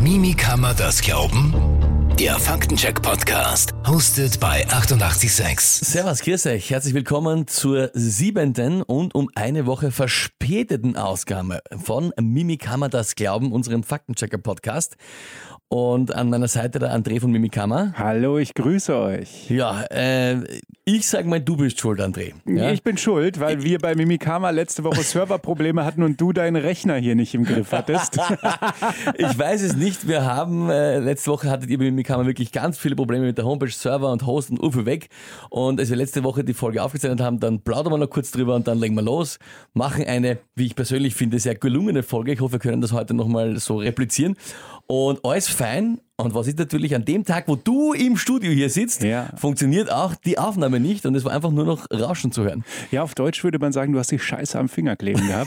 Mimi, kann man das glauben? Der Faktencheck-Podcast, hosted bei 88.6. Servus, grüß euch. Herzlich willkommen zur 7. und um eine Woche verspäteten Ausgabe von Mimi, kann man das glauben, unserem Faktenchecker-Podcast. Und an meiner Seite der André von Mimikama. Hallo, ich grüße euch. Ja, ich sag mal, du bist schuld, André. Ja? Ich bin schuld, weil wir bei Mimikama letzte Woche Serverprobleme hatten und du deinen Rechner hier nicht im Griff hattest. Ich weiß es nicht. Wir haben, letzte Woche hattet ihr bei Mimikama wirklich ganz viele Probleme mit der Homepage, Server und Host und Ufer weg. Und als wir letzte Woche die Folge aufgezeichnet haben, dann plaudern wir noch kurz drüber und dann legen wir los. Machen eine, wie ich persönlich finde, sehr gelungene Folge. Ich hoffe, wir können das heute nochmal so replizieren. Und alles fein. Und was ist natürlich an dem Tag, wo du im Studio hier sitzt, funktioniert auch die Aufnahme nicht und es war einfach nur noch Rauschen zu hören. Ja, auf Deutsch würde man sagen, du hast die Scheiße am Finger kleben gehabt.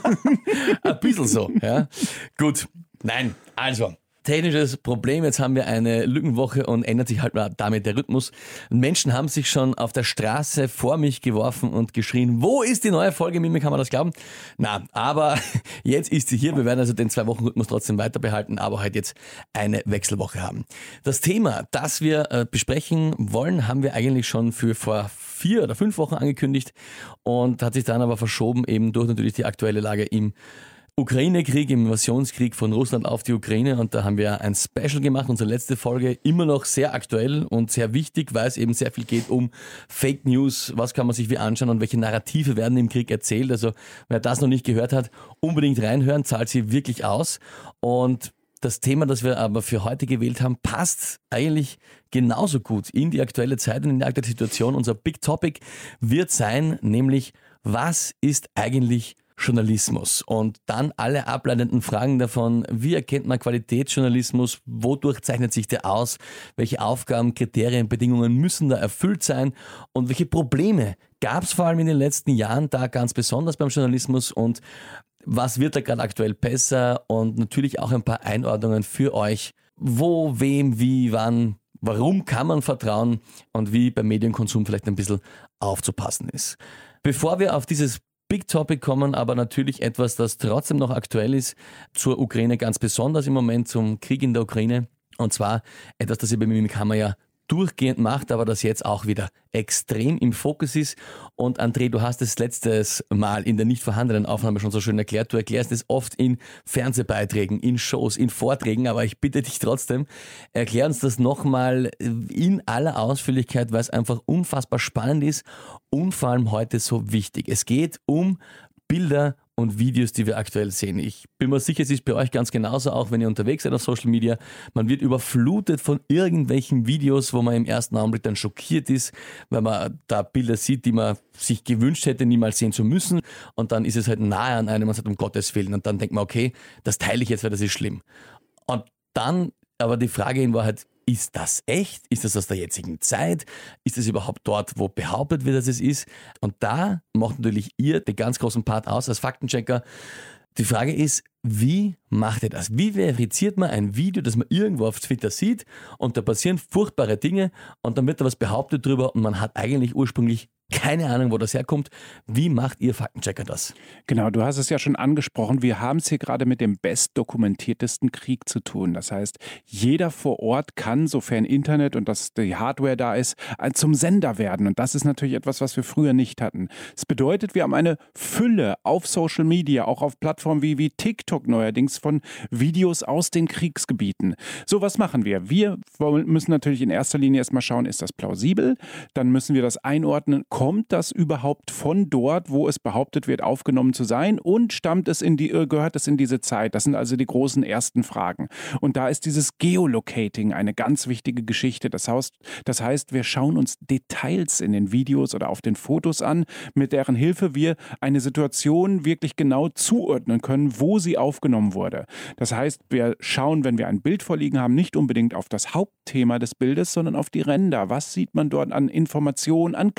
Ein bisschen so, ja. Gut, nein, also technisches Problem, jetzt haben wir eine Lückenwoche und ändert sich halt damit der Rhythmus. Menschen haben sich schon auf der Straße vor mich geworfen und geschrien, wo ist die neue Folge, Mimi, kann man das glauben? Na, aber jetzt ist sie hier, wir werden also den 2-Wochen-Rhythmus trotzdem weiter behalten, aber halt jetzt eine Wechselwoche haben. Das Thema, das wir besprechen wollen, haben wir eigentlich schon für vor 4 oder 5 Wochen angekündigt und hat sich dann aber verschoben, eben durch natürlich die aktuelle Lage im Ukraine-Krieg, im Invasionskrieg von Russland auf die Ukraine, und da haben wir ein Special gemacht, unsere letzte Folge, immer noch sehr aktuell und sehr wichtig, weil es eben sehr viel geht um Fake News, was kann man sich wie anschauen und welche Narrative werden im Krieg erzählt. Also wer das noch nicht gehört hat, unbedingt reinhören, zahlt sie wirklich aus. Und das Thema, das wir aber für heute gewählt haben, passt eigentlich genauso gut in die aktuelle Zeit und in die aktuelle Situation. Unser Big Topic wird sein, nämlich was ist eigentlich Journalismus, und dann alle ableitenden Fragen davon, wie erkennt man Qualitätsjournalismus, wodurch zeichnet sich der aus, welche Aufgaben, Kriterien, Bedingungen müssen da erfüllt sein und welche Probleme gab es vor allem in den letzten Jahren da ganz besonders beim Journalismus und was wird da gerade aktuell besser, und natürlich auch ein paar Einordnungen für euch, wo, wem, wie, wann, warum kann man vertrauen und wie beim Medienkonsum vielleicht ein bisschen aufzupassen ist. Bevor wir auf dieses Big Topic kommen, aber natürlich etwas, das trotzdem noch aktuell ist, zur Ukraine ganz besonders im Moment, zum Krieg in der Ukraine, und zwar etwas, das ihr bei Mimikama ja durchgehend macht, aber das jetzt auch wieder extrem im Fokus ist. Und André, du hast es letztes Mal in der nicht vorhandenen Aufnahme schon so schön erklärt. Du erklärst es oft in Fernsehbeiträgen, in Shows, in Vorträgen, aber ich bitte dich trotzdem, erklär uns das nochmal in aller Ausführlichkeit, weil es einfach unfassbar spannend ist und vor allem heute so wichtig. Es geht um Bilder und Videos, die wir aktuell sehen. Ich bin mir sicher, es ist bei euch ganz genauso, auch wenn ihr unterwegs seid auf Social Media. Man wird überflutet von irgendwelchen Videos, wo man im ersten Augenblick dann schockiert ist, weil man da Bilder sieht, die man sich gewünscht hätte, niemals sehen zu müssen. Und dann ist es halt nahe an einem, man sagt, um Gottes Willen. Und dann denkt man, okay, das teile ich jetzt, weil das ist schlimm. Und dann aber die Frage in Wahrheit, ist das echt? Ist das aus der jetzigen Zeit? Ist es überhaupt dort, wo behauptet wird, dass es ist? Und da macht natürlich ihr den ganz großen Part aus als Faktenchecker. Die Frage ist, wie macht ihr das? Wie verifiziert man ein Video, das man irgendwo auf Twitter sieht und da passieren furchtbare Dinge und dann wird da was behauptet drüber und man hat eigentlich ursprünglich keine Ahnung, wo das herkommt. Wie macht ihr Faktenchecker das? Genau, du hast es ja schon angesprochen. Wir haben es hier gerade mit dem bestdokumentiertesten Krieg zu tun. Das heißt, jeder vor Ort kann, sofern Internet und die Hardware da ist, zum Sender werden. Und das ist natürlich etwas, was wir früher nicht hatten. Das bedeutet, wir haben eine Fülle auf Social Media, auch auf Plattformen wie TikTok neuerdings, von Videos aus den Kriegsgebieten. So, was machen wir? Wir müssen natürlich in erster Linie erstmal schauen, ist das plausibel? Dann müssen wir das einordnen. Kommt das überhaupt von dort, wo es behauptet wird, aufgenommen zu sein, und gehört es in diese Zeit? Das sind also die großen ersten Fragen. Und da ist dieses Geolocating eine ganz wichtige Geschichte. Das heißt, wir schauen uns Details in den Videos oder auf den Fotos an, mit deren Hilfe wir eine Situation wirklich genau zuordnen können, wo sie aufgenommen wurde. Das heißt, wir schauen, wenn wir ein Bild vorliegen haben, nicht unbedingt auf das Hauptthema des Bildes, sondern auf die Ränder. Was sieht man dort an Informationen, an Kleinigkeiten,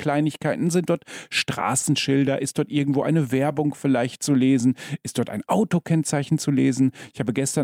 Möglichkeiten. Sind dort Straßenschilder? Ist dort irgendwo eine Werbung vielleicht zu lesen? Ist dort ein Autokennzeichen zu lesen? Ich habe gestern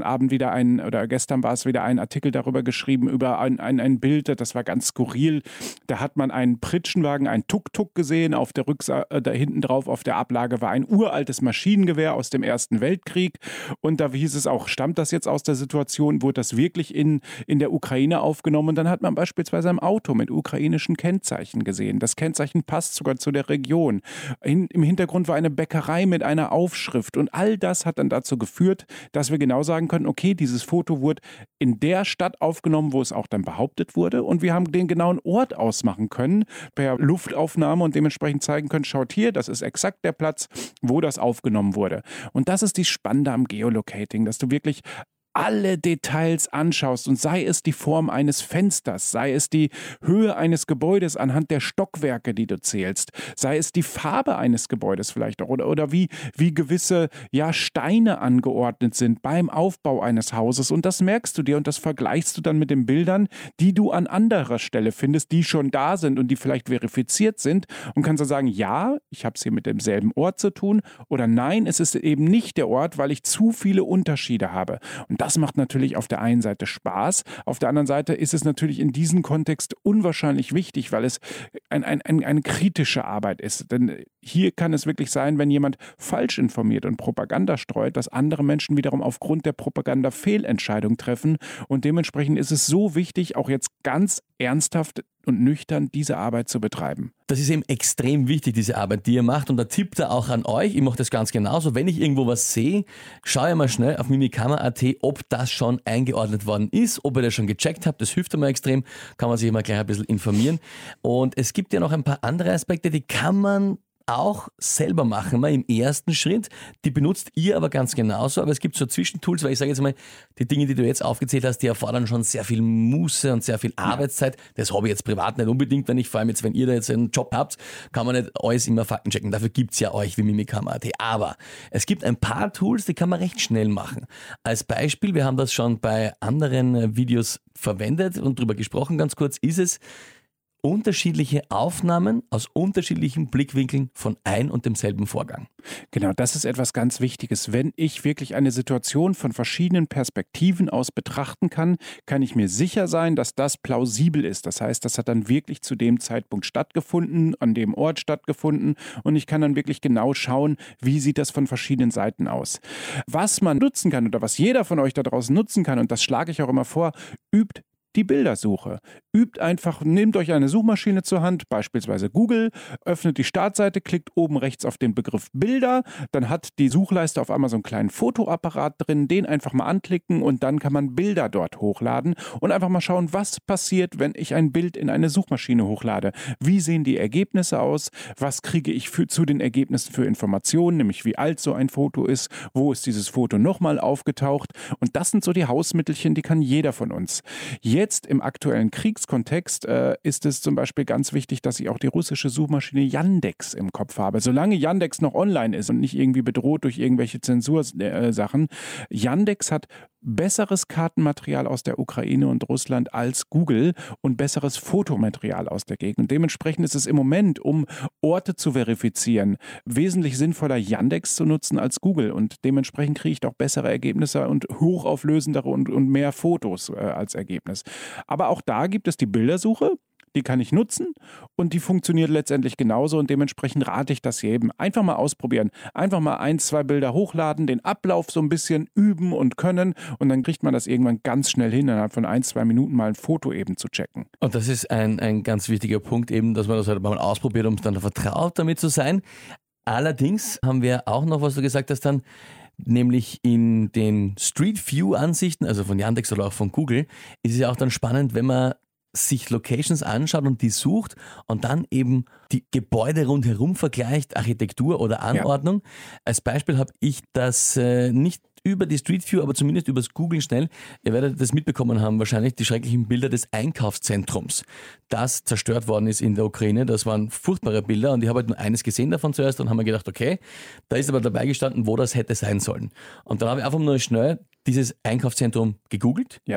war es wieder ein Artikel darüber geschrieben, über ein Bild, das war ganz skurril. Da hat man einen Pritschenwagen, einen Tuk-Tuk gesehen. Auf der da hinten drauf auf der Ablage war ein uraltes Maschinengewehr aus dem Ersten Weltkrieg. Und da hieß es auch, stammt das jetzt aus der Situation? Wurde das wirklich in der Ukraine aufgenommen? Und dann hat man beispielsweise ein Auto mit ukrainischen Kennzeichen gesehen. Das Kennzeichen passt sogar zu der Region. Im Hintergrund war eine Bäckerei mit einer Aufschrift. Und all das hat dann dazu geführt, dass wir genau sagen können, okay, dieses Foto wurde in der Stadt aufgenommen, wo es auch dann behauptet wurde. Und wir haben den genauen Ort ausmachen können per Luftaufnahme und dementsprechend zeigen können, schaut hier, das ist exakt der Platz, wo das aufgenommen wurde. Und das ist die Spannende am Geolocating, dass du wirklich alle Details anschaust und sei es die Form eines Fensters, sei es die Höhe eines Gebäudes anhand der Stockwerke, die du zählst, sei es die Farbe eines Gebäudes vielleicht auch oder wie gewisse Steine angeordnet sind beim Aufbau eines Hauses und das merkst du dir und das vergleichst du dann mit den Bildern, die du an anderer Stelle findest, die schon da sind und die vielleicht verifiziert sind und kannst dann sagen, ja, ich habe es hier mit demselben Ort zu tun oder nein, es ist eben nicht der Ort, weil ich zu viele Unterschiede habe. Und das macht natürlich auf der einen Seite Spaß, auf der anderen Seite ist es natürlich in diesem Kontext unwahrscheinlich wichtig, weil es eine kritische Arbeit ist. Denn hier kann es wirklich sein, wenn jemand falsch informiert und Propaganda streut, dass andere Menschen wiederum aufgrund der Propaganda Fehlentscheidungen treffen. Und dementsprechend ist es so wichtig, auch jetzt ganz ernsthaft und nüchtern diese Arbeit zu betreiben. Das ist eben extrem wichtig, diese Arbeit, die ihr macht. Und da tippt er auch an euch. Ich mache das ganz genauso. Wenn ich irgendwo was sehe, schaue ich mal schnell auf mimikama.at, ob das schon eingeordnet worden ist, ob ihr das schon gecheckt habt. Das hilft immer extrem. Kann man sich immer gleich ein bisschen informieren. Und es gibt ja noch ein paar andere Aspekte, die kann man auch selber machen, mal im ersten Schritt. Die benutzt ihr aber ganz genauso. Aber es gibt so Zwischentools, weil ich sage jetzt mal, die Dinge, die du jetzt aufgezählt hast, die erfordern schon sehr viel Muße und sehr viel Arbeitszeit. Das habe ich jetzt privat nicht unbedingt, vor allem jetzt, wenn ihr da jetzt einen Job habt, kann man nicht alles immer Fakten checken. Dafür gibt's ja euch wie mimikama.at. Aber es gibt ein paar Tools, die kann man recht schnell machen. Als Beispiel, wir haben das schon bei anderen Videos verwendet und drüber gesprochen, ganz kurz, ist es, unterschiedliche Aufnahmen aus unterschiedlichen Blickwinkeln von ein und demselben Vorgang. Genau, das ist etwas ganz Wichtiges. Wenn ich wirklich eine Situation von verschiedenen Perspektiven aus betrachten kann, kann ich mir sicher sein, dass das plausibel ist. Das heißt, das hat dann wirklich zu dem Zeitpunkt stattgefunden, an dem Ort stattgefunden und ich kann dann wirklich genau schauen, wie sieht das von verschiedenen Seiten aus. Was man nutzen kann oder was jeder von euch da draußen nutzen kann, und das schlage ich auch immer vor, übt die Bildersuche. Übt einfach, nehmt euch eine Suchmaschine zur Hand, beispielsweise Google, öffnet die Startseite, klickt oben rechts auf den Begriff Bilder, dann hat die Suchleiste auf einmal so einen kleinen Fotoapparat drin, den einfach mal anklicken und dann kann man Bilder dort hochladen und einfach mal schauen, was passiert, wenn ich ein Bild in eine Suchmaschine hochlade. Wie sehen die Ergebnisse aus? Was kriege ich zu den Ergebnissen für Informationen, nämlich wie alt so ein Foto ist, wo ist dieses Foto nochmal aufgetaucht und das sind so die Hausmittelchen, die kann jeder von uns. Jetzt im aktuellen Kriegskontext ist es zum Beispiel ganz wichtig, dass ich auch die russische Suchmaschine Yandex im Kopf habe. Solange Yandex noch online ist und nicht irgendwie bedroht durch irgendwelche Zensursachen, Yandex hat besseres Kartenmaterial aus der Ukraine und Russland als Google und besseres Fotomaterial aus der Gegend. Dementsprechend ist es im Moment, um Orte zu verifizieren, wesentlich sinnvoller, Yandex zu nutzen als Google. Und dementsprechend kriege ich auch bessere Ergebnisse und hochauflösendere und mehr Fotos als Ergebnis. Aber auch da gibt es die Bildersuche. Die kann ich nutzen und die funktioniert letztendlich genauso und dementsprechend rate ich das jedem. Einfach mal ausprobieren. Einfach mal 1, 2 Bilder hochladen, den Ablauf so ein bisschen üben und können und dann kriegt man das irgendwann ganz schnell hin, innerhalb von 1, 2 Minuten mal ein Foto eben zu checken. Und das ist ein ganz wichtiger Punkt eben, dass man das halt mal ausprobiert, um dann vertraut damit zu sein. Allerdings haben wir auch noch, was du gesagt hast, dann nämlich in den Street View Ansichten, also von Yandex oder auch von Google, ist es ja auch dann spannend, wenn man sich Locations anschaut und die sucht und dann eben die Gebäude rundherum vergleicht, Architektur oder Anordnung. Ja. Als Beispiel habe ich das nicht über die Street View, aber zumindest übers Googlen schnell. Ihr werdet das mitbekommen haben wahrscheinlich, die schrecklichen Bilder des Einkaufszentrums, das zerstört worden ist in der Ukraine. Das waren furchtbare Bilder und ich habe halt nur eines gesehen davon zuerst und habe mir gedacht, okay, da ist aber dabei gestanden, wo das hätte sein sollen. Und dann habe ich einfach nur schnell dieses Einkaufszentrum gegoogelt. Ja.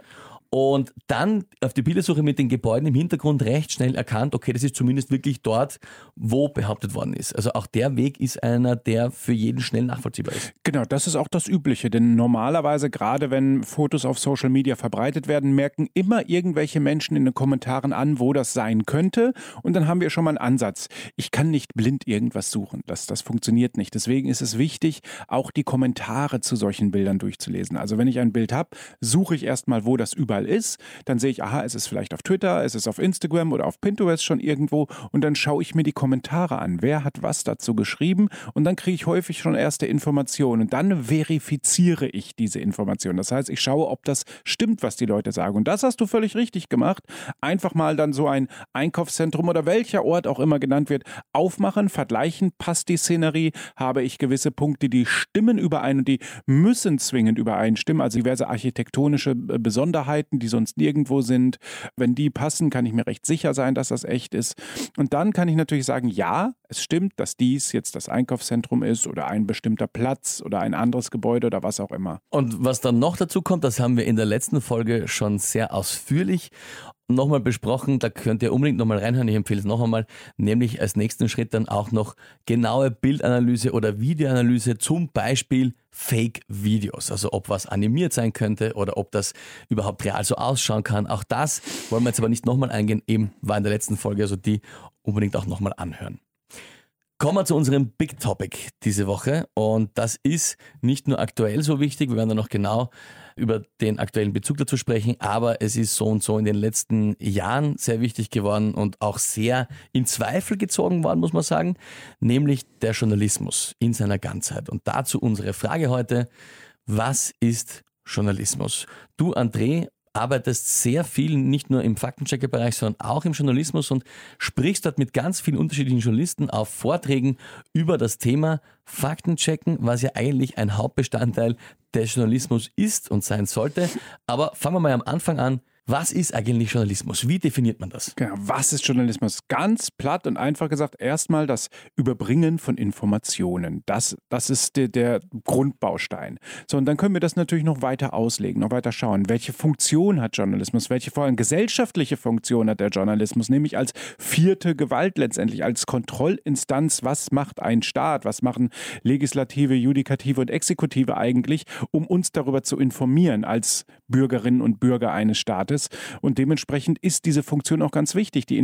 und dann auf die Bildersuche mit den Gebäuden im Hintergrund recht schnell erkannt, okay, das ist zumindest wirklich dort, wo behauptet worden ist. Also auch der Weg ist einer, der für jeden schnell nachvollziehbar ist. Genau, das ist auch das Übliche, denn normalerweise, gerade wenn Fotos auf Social Media verbreitet werden, merken immer irgendwelche Menschen in den Kommentaren an, wo das sein könnte, und dann haben wir schon mal einen Ansatz. Ich kann nicht blind irgendwas suchen, das funktioniert nicht. Deswegen ist es wichtig, auch die Kommentare zu solchen Bildern durchzulesen. Also wenn ich ein Bild habe, suche ich erstmal, wo das überall ist, dann sehe ich, aha, es ist vielleicht auf Twitter, es ist auf Instagram oder auf Pinterest schon irgendwo, und dann schaue ich mir die Kommentare an. Wer hat was dazu geschrieben? Und dann kriege ich häufig schon erste Informationen und dann verifiziere ich diese Informationen. Das heißt, ich schaue, ob das stimmt, was die Leute sagen. Und das hast du völlig richtig gemacht. Einfach mal dann so ein Einkaufszentrum oder welcher Ort auch immer genannt wird, aufmachen, vergleichen, passt die Szenerie, habe ich gewisse Punkte, die stimmen überein und die müssen zwingend übereinstimmen, also diverse architektonische Besonderheiten, die sonst nirgendwo sind. Wenn die passen, kann ich mir recht sicher sein, dass das echt ist. Und dann kann ich natürlich sagen, ja, es stimmt, dass dies jetzt das Einkaufszentrum ist oder ein bestimmter Platz oder ein anderes Gebäude oder was auch immer. Und was dann noch dazu kommt, das haben wir in der letzten Folge schon sehr ausführlich nochmal besprochen, da könnt ihr unbedingt nochmal reinhören, ich empfehle es noch einmal, nämlich als nächsten Schritt dann auch noch genaue Bildanalyse oder Videoanalyse, zum Beispiel Fake-Videos, also ob was animiert sein könnte oder ob das überhaupt real so ausschauen kann. Auch das wollen wir jetzt aber nicht nochmal eingehen, eben war in der letzten Folge, also die unbedingt auch nochmal anhören. Kommen wir zu unserem Big Topic diese Woche, und das ist nicht nur aktuell so wichtig, wir werden dann noch genau über den aktuellen Bezug dazu sprechen, aber es ist so und so in den letzten Jahren sehr wichtig geworden und auch sehr in Zweifel gezogen worden, muss man sagen, nämlich der Journalismus in seiner Ganzheit. Und dazu unsere Frage heute: Was ist Journalismus? Du, André, arbeitest sehr viel, nicht nur im Faktenchecker-Bereich, sondern auch im Journalismus und sprichst dort mit ganz vielen unterschiedlichen Journalisten auf Vorträgen über das Thema Faktenchecken, was ja eigentlich ein Hauptbestandteil des Journalismus ist und sein sollte. Aber fangen wir mal am Anfang an. Was ist eigentlich Journalismus? Wie definiert man das? Genau, was ist Journalismus? Ganz platt und einfach gesagt, erstmal das Überbringen von Informationen. Das ist der Grundbaustein. So, und dann können wir das natürlich noch weiter auslegen, noch weiter schauen. Welche Funktion hat Journalismus? Welche vor allem gesellschaftliche Funktion hat der Journalismus? Nämlich als vierte Gewalt letztendlich, als Kontrollinstanz. Was macht ein Staat? Was machen Legislative, Judikative und Exekutive eigentlich, um uns darüber zu informieren als Bürgerinnen und Bürger eines Staates? Und dementsprechend ist diese Funktion auch ganz wichtig, die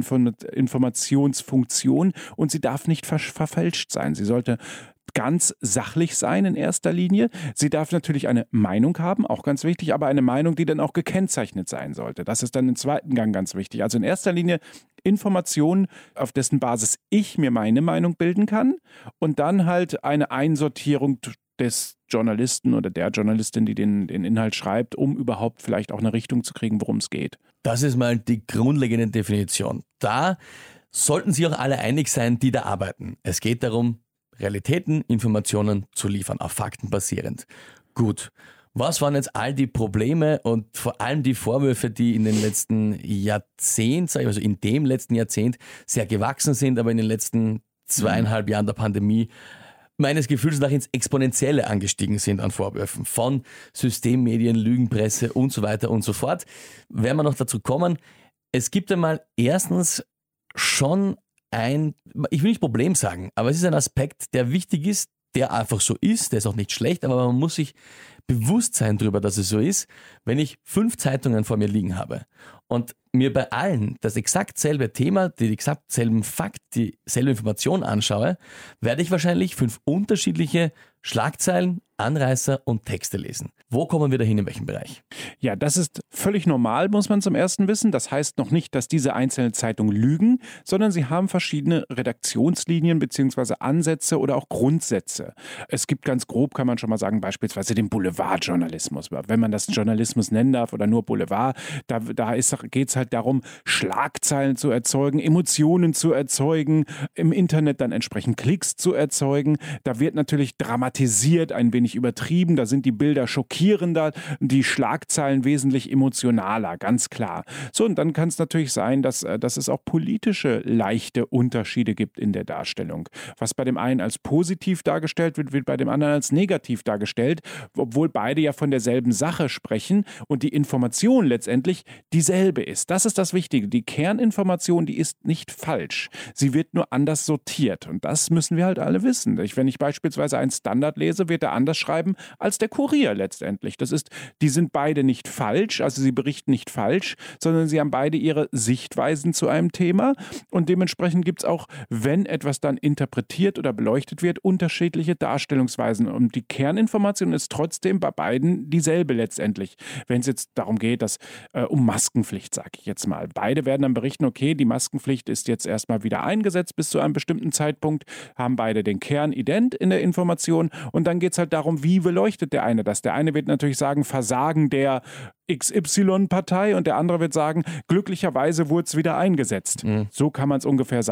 Informationsfunktion, und sie darf nicht verfälscht sein. Sie sollte ganz sachlich sein in erster Linie. Sie darf natürlich eine Meinung haben, auch ganz wichtig, aber eine Meinung, die dann auch gekennzeichnet sein sollte. Das ist dann im zweiten Gang ganz wichtig. Also in erster Linie Informationen, auf dessen Basis ich mir meine Meinung bilden kann, und dann halt eine Einsortierung des Journalisten oder der Journalistin, die den Inhalt schreibt, um überhaupt vielleicht auch eine Richtung zu kriegen, worum es geht. Das ist mal die grundlegende Definition. Da sollten sich auch alle einig sein, die da arbeiten. Es geht darum, Realitäten, Informationen zu liefern, auf Fakten basierend. Gut. Was waren jetzt all die Probleme und vor allem die Vorwürfe, die in den letzten Jahrzehnt, also in dem letzten Jahrzehnt sehr gewachsen sind, aber in den letzten 2,5 Jahren der Pandemie meines Gefühls nach ins Exponentielle angestiegen sind an Vorwürfen von Systemmedien, Lügenpresse und so weiter und so fort. Werden wir noch dazu kommen. Es gibt einmal erstens schon ich will nicht Problem sagen, aber es ist ein Aspekt, der wichtig ist, der einfach so ist, der ist auch nicht schlecht, aber man muss sich bewusst sein darüber, dass es so ist. Wenn ich 5 Zeitungen vor mir liegen habe und mir bei allen das exakt selbe Thema, die exakt selben Fakt, dieselbe Information anschaue, werde ich wahrscheinlich 5 unterschiedliche Schlagzeilen, Anreißer und Texte lesen. Wo kommen wir dahin, in welchem Bereich? Ja, das ist völlig normal, muss man zum Ersten wissen. Das heißt noch nicht, dass diese einzelnen Zeitungen lügen, sondern sie haben verschiedene Redaktionslinien bzw. Ansätze oder auch Grundsätze. Es gibt ganz grob, kann man schon mal sagen, beispielsweise den Boulevardjournalismus. Wenn man das Journalismus nennen darf oder nur Boulevard, da geht es halt darum, Schlagzeilen zu erzeugen, Emotionen zu erzeugen, im Internet dann entsprechend Klicks zu erzeugen. Da wird natürlich dramatisiert, ein wenig übertrieben, da sind die Bilder schockierender, die Schlagzeilen wesentlich emotionaler, ganz klar. So, und dann kann es natürlich sein, dass es auch politische leichte Unterschiede gibt in der Darstellung. Was bei dem einen als positiv dargestellt wird, wird bei dem anderen als negativ dargestellt, obwohl beide ja von derselben Sache sprechen und die Information letztendlich dieselbe ist. Das ist das Wichtige. Die Kerninformation, die ist nicht falsch. Sie wird nur anders sortiert und das müssen wir halt alle wissen. Wenn ich beispielsweise einen Standard lese, wird er anders schreiben als der Kurier letztendlich. Die sind beide nicht falsch, also sie berichten nicht falsch, sondern sie haben beide ihre Sichtweisen zu einem Thema und dementsprechend gibt es auch, wenn etwas dann interpretiert oder beleuchtet wird, unterschiedliche Darstellungsweisen und die Kerninformation ist trotzdem bei beiden dieselbe letztendlich. Wenn es jetzt darum geht, dass um Maskenpflicht, sage ich jetzt mal. Beide werden dann berichten, okay, die Maskenpflicht ist jetzt erstmal wieder eingesetzt bis zu einem bestimmten Zeitpunkt, haben beide den Kern ident in der Information und dann geht es halt darum, wie beleuchtet der eine das. Der eine wird natürlich sagen, Versagen der XY-Partei und der andere wird sagen, glücklicherweise wurde es wieder eingesetzt. So kann man es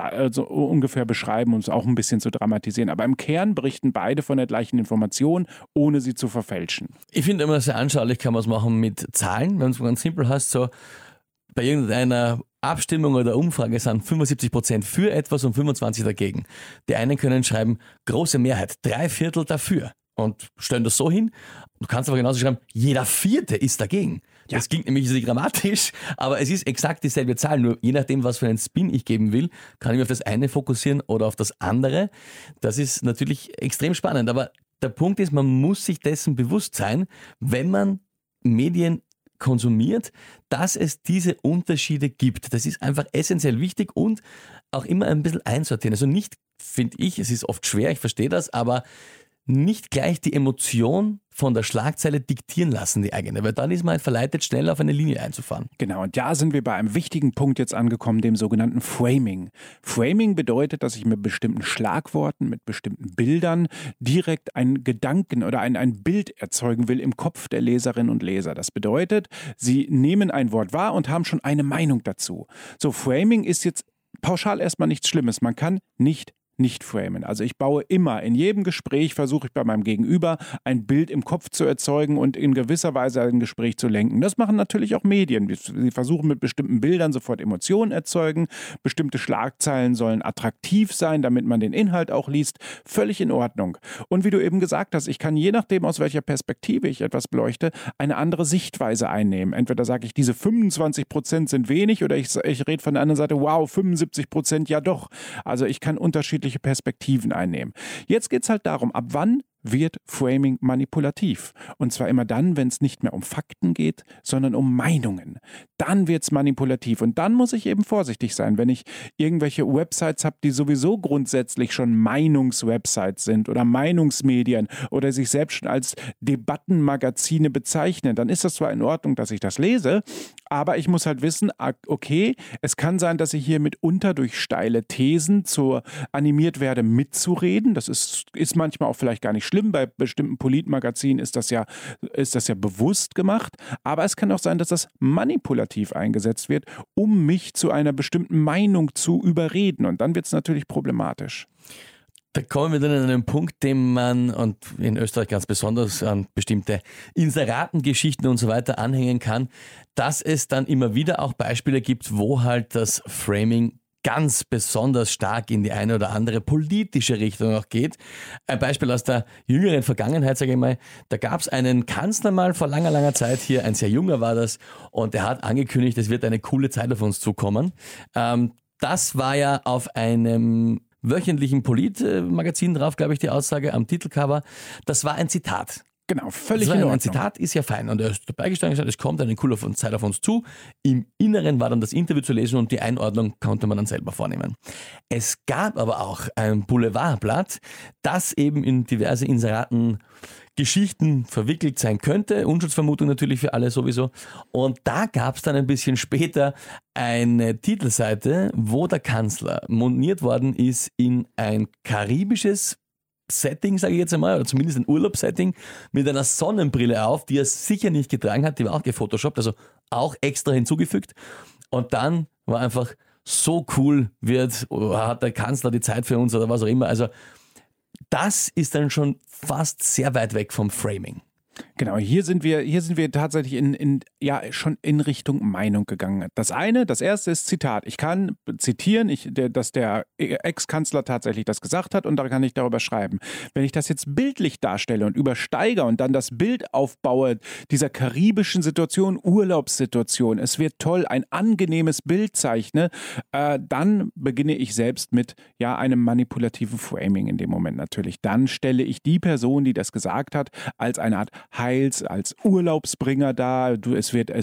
ungefähr beschreiben, um es auch ein bisschen zu dramatisieren. Aber im Kern berichten beide von der gleichen Information, ohne sie zu verfälschen. Ich finde immer sehr anschaulich, kann man es machen mit Zahlen, wenn es ganz simpel heißt, so bei irgendeiner Abstimmung oder Umfrage sind 75% für etwas und 25% dagegen. Die einen können schreiben, große Mehrheit, 3/4 dafür und stellen das so hin. Du kannst aber genauso schreiben, jeder Vierte ist dagegen. Ja. Das klingt nämlich sehr grammatisch, aber es ist exakt dieselbe Zahl. Nur je nachdem, was für einen Spin ich geben will, kann ich mich auf das eine fokussieren oder auf das andere. Das ist natürlich extrem spannend. Aber der Punkt ist, man muss sich dessen bewusst sein, wenn man Medien konsumiert, dass es diese Unterschiede gibt. Das ist einfach essentiell wichtig und auch immer ein bisschen einsortieren. Also nicht, finde ich, es ist oft schwer, ich verstehe das, aber nicht gleich die Emotion von der Schlagzeile diktieren lassen, die eigene, weil dann ist man halt verleitet, schnell auf eine Linie einzufahren. Genau, und da sind wir bei einem wichtigen Punkt jetzt angekommen, dem sogenannten Framing. Framing bedeutet, dass ich mit bestimmten Schlagworten, mit bestimmten Bildern direkt einen Gedanken oder ein Bild erzeugen will im Kopf der Leserinnen und Leser. Das bedeutet, sie nehmen ein Wort wahr und haben schon eine Meinung dazu. So, Framing ist jetzt pauschal erstmal nichts Schlimmes. Man kann nicht framen. Also ich baue immer, in jedem Gespräch versuche ich bei meinem Gegenüber ein Bild im Kopf zu erzeugen und in gewisser Weise ein Gespräch zu lenken. Das machen natürlich auch Medien. Sie versuchen mit bestimmten Bildern sofort Emotionen erzeugen. Bestimmte Schlagzeilen sollen attraktiv sein, damit man den Inhalt auch liest. Völlig in Ordnung. Und wie du eben gesagt hast, ich kann je nachdem, aus welcher Perspektive ich etwas beleuchte, eine andere Sichtweise einnehmen. Entweder sage ich, diese 25% sind wenig oder ich rede von der anderen Seite, wow, 75% ja doch. Also ich kann unterschiedliche Perspektiven einnehmen. Jetzt geht es halt darum, ab wann wird Framing manipulativ. Und zwar immer dann, wenn es nicht mehr um Fakten geht, sondern um Meinungen. Dann wird es manipulativ. Und dann muss ich eben vorsichtig sein, wenn ich irgendwelche Websites habe, die sowieso grundsätzlich schon Meinungswebsites sind oder Meinungsmedien oder sich selbst schon als Debattenmagazine bezeichnen. Dann ist das zwar in Ordnung, dass ich das lese, aber ich muss halt wissen, okay, es kann sein, dass ich hier mitunter durch steile Thesen animiert werde, mitzureden. Das ist manchmal auch vielleicht gar nicht schlimm. Bei bestimmten Politmagazinen ist das ja bewusst gemacht. Aber es kann auch sein, dass das manipulativ eingesetzt wird, um mich zu einer bestimmten Meinung zu überreden. Und dann wird es natürlich problematisch. Da kommen wir dann an einen Punkt, den man, und in Österreich ganz besonders, an bestimmte Inseratengeschichten und so weiter anhängen kann, dass es dann immer wieder auch Beispiele gibt, wo halt das Framing ganz besonders stark in die eine oder andere politische Richtung auch geht. Ein Beispiel aus der jüngeren Vergangenheit, sage ich mal, da gab es einen Kanzler mal vor langer, langer Zeit hier, ein sehr junger war das, und der hat angekündigt, es wird eine coole Zeit auf uns zukommen. Das war ja auf einem wöchentlichen Politmagazin drauf, glaube ich, die Aussage am Titelcover. Das war ein Zitat. Genau, völlig in Ordnung. Ein Zitat ist ja fein. Und er ist dabei gestanden und gesagt, es kommt eine coole Zeit auf uns zu. Im Inneren war dann das Interview zu lesen und die Einordnung konnte man dann selber vornehmen. Es gab aber auch ein Boulevardblatt, das eben in diverse Inseraten-Geschichten verwickelt sein könnte. Unschuldsvermutung natürlich für alle sowieso. Und da gab es dann ein bisschen später eine Titelseite, wo der Kanzler moniert worden ist in ein karibisches Setting, sage ich jetzt einmal, oder zumindest ein Urlaubssetting, mit einer Sonnenbrille auf, die er sicher nicht getragen hat, die war auch gefotoshoppt, also auch extra hinzugefügt. Und dann war einfach so cool hat der Kanzler die Zeit für uns oder was auch immer. Also das ist dann schon fast sehr weit weg vom Framing. Genau, hier sind wir tatsächlich schon in Richtung Meinung gegangen. Das erste ist Zitat. Ich kann zitieren, dass der Ex-Kanzler tatsächlich das gesagt hat und da kann ich darüber schreiben. Wenn ich das jetzt bildlich darstelle und übersteige und dann das Bild aufbaue dieser karibischen Situation, Urlaubssituation, es wird toll, ein angenehmes Bild zeichne, dann beginne ich selbst mit einem manipulativen Framing in dem Moment natürlich. Dann stelle ich die Person, die das gesagt hat, als eine Art als Urlaubsbringer dar, du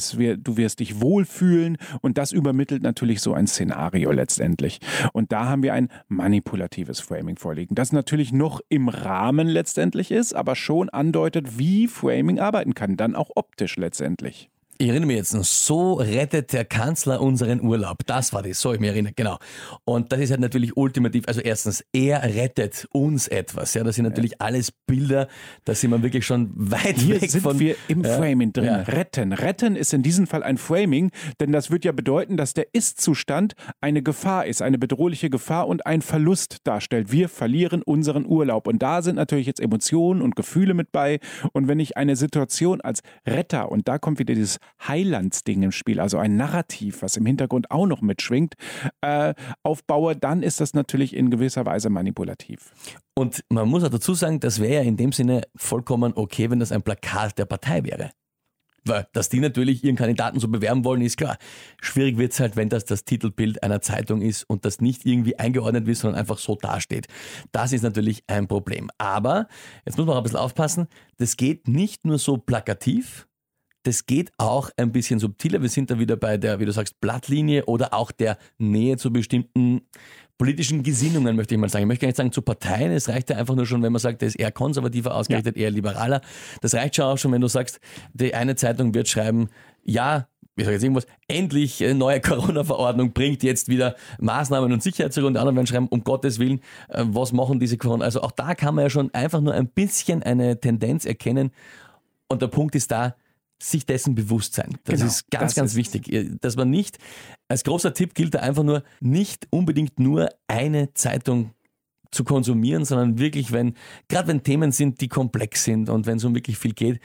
wirst dich wohlfühlen und das übermittelt natürlich so ein Szenario letztendlich. Und da haben wir ein manipulatives Framing vorliegen, das natürlich noch im Rahmen letztendlich ist, aber schon andeutet, wie Framing arbeiten kann, dann auch optisch letztendlich. Ich erinnere mich jetzt noch, so rettet der Kanzler unseren Urlaub. Das war das, so ich mich erinnere, genau. Und das ist halt natürlich ultimativ, also erstens, er rettet uns etwas. Ja, das sind natürlich alles Bilder, da sind wir wirklich schon weit Hier weg sind von... wir im Framing drin. Ja. Retten ist in diesem Fall ein Framing, denn das wird ja bedeuten, dass der Ist-Zustand eine Gefahr ist, eine bedrohliche Gefahr und ein Verlust darstellt. Wir verlieren unseren Urlaub. Und da sind natürlich jetzt Emotionen und Gefühle mit bei. Und wenn ich eine Situation als Retter, und da kommt wieder dieses Heilandsding im Spiel, also ein Narrativ, was im Hintergrund auch noch mitschwingt, aufbaue, dann ist das natürlich in gewisser Weise manipulativ. Und man muss auch dazu sagen, das wäre ja in dem Sinne vollkommen okay, wenn das ein Plakat der Partei wäre. Weil, dass die natürlich ihren Kandidaten so bewerben wollen, ist klar. Schwierig wird es halt, wenn das Titelbild einer Zeitung ist und das nicht irgendwie eingeordnet wird, sondern einfach so dasteht. Das ist natürlich ein Problem. Aber, jetzt muss man auch ein bisschen aufpassen, das geht nicht nur so plakativ, das geht auch ein bisschen subtiler. Wir sind da wieder bei der, wie du sagst, Blattlinie oder auch der Nähe zu bestimmten politischen Gesinnungen, möchte ich mal sagen. Ich möchte gar nicht sagen zu Parteien. Es reicht ja einfach nur schon, wenn man sagt, der ist eher konservativer ausgerichtet, eher liberaler. Das reicht schon auch schon, wenn du sagst, die eine Zeitung wird schreiben, ja, ich sage jetzt irgendwas, endlich neue Corona-Verordnung bringt jetzt wieder Maßnahmen und Sicherheitssicherung. Und die anderen werden schreiben, um Gottes Willen, was machen diese Corona? Also auch da kann man ja schon einfach nur ein bisschen eine Tendenz erkennen. Und der Punkt ist da, sich dessen bewusst sein. Das ist ganz wichtig. Dass man nicht, als großer Tipp gilt da einfach nur, nicht unbedingt nur eine Zeitung zu konsumieren, sondern wirklich, gerade wenn Themen sind, die komplex sind und wenn es um wirklich viel geht,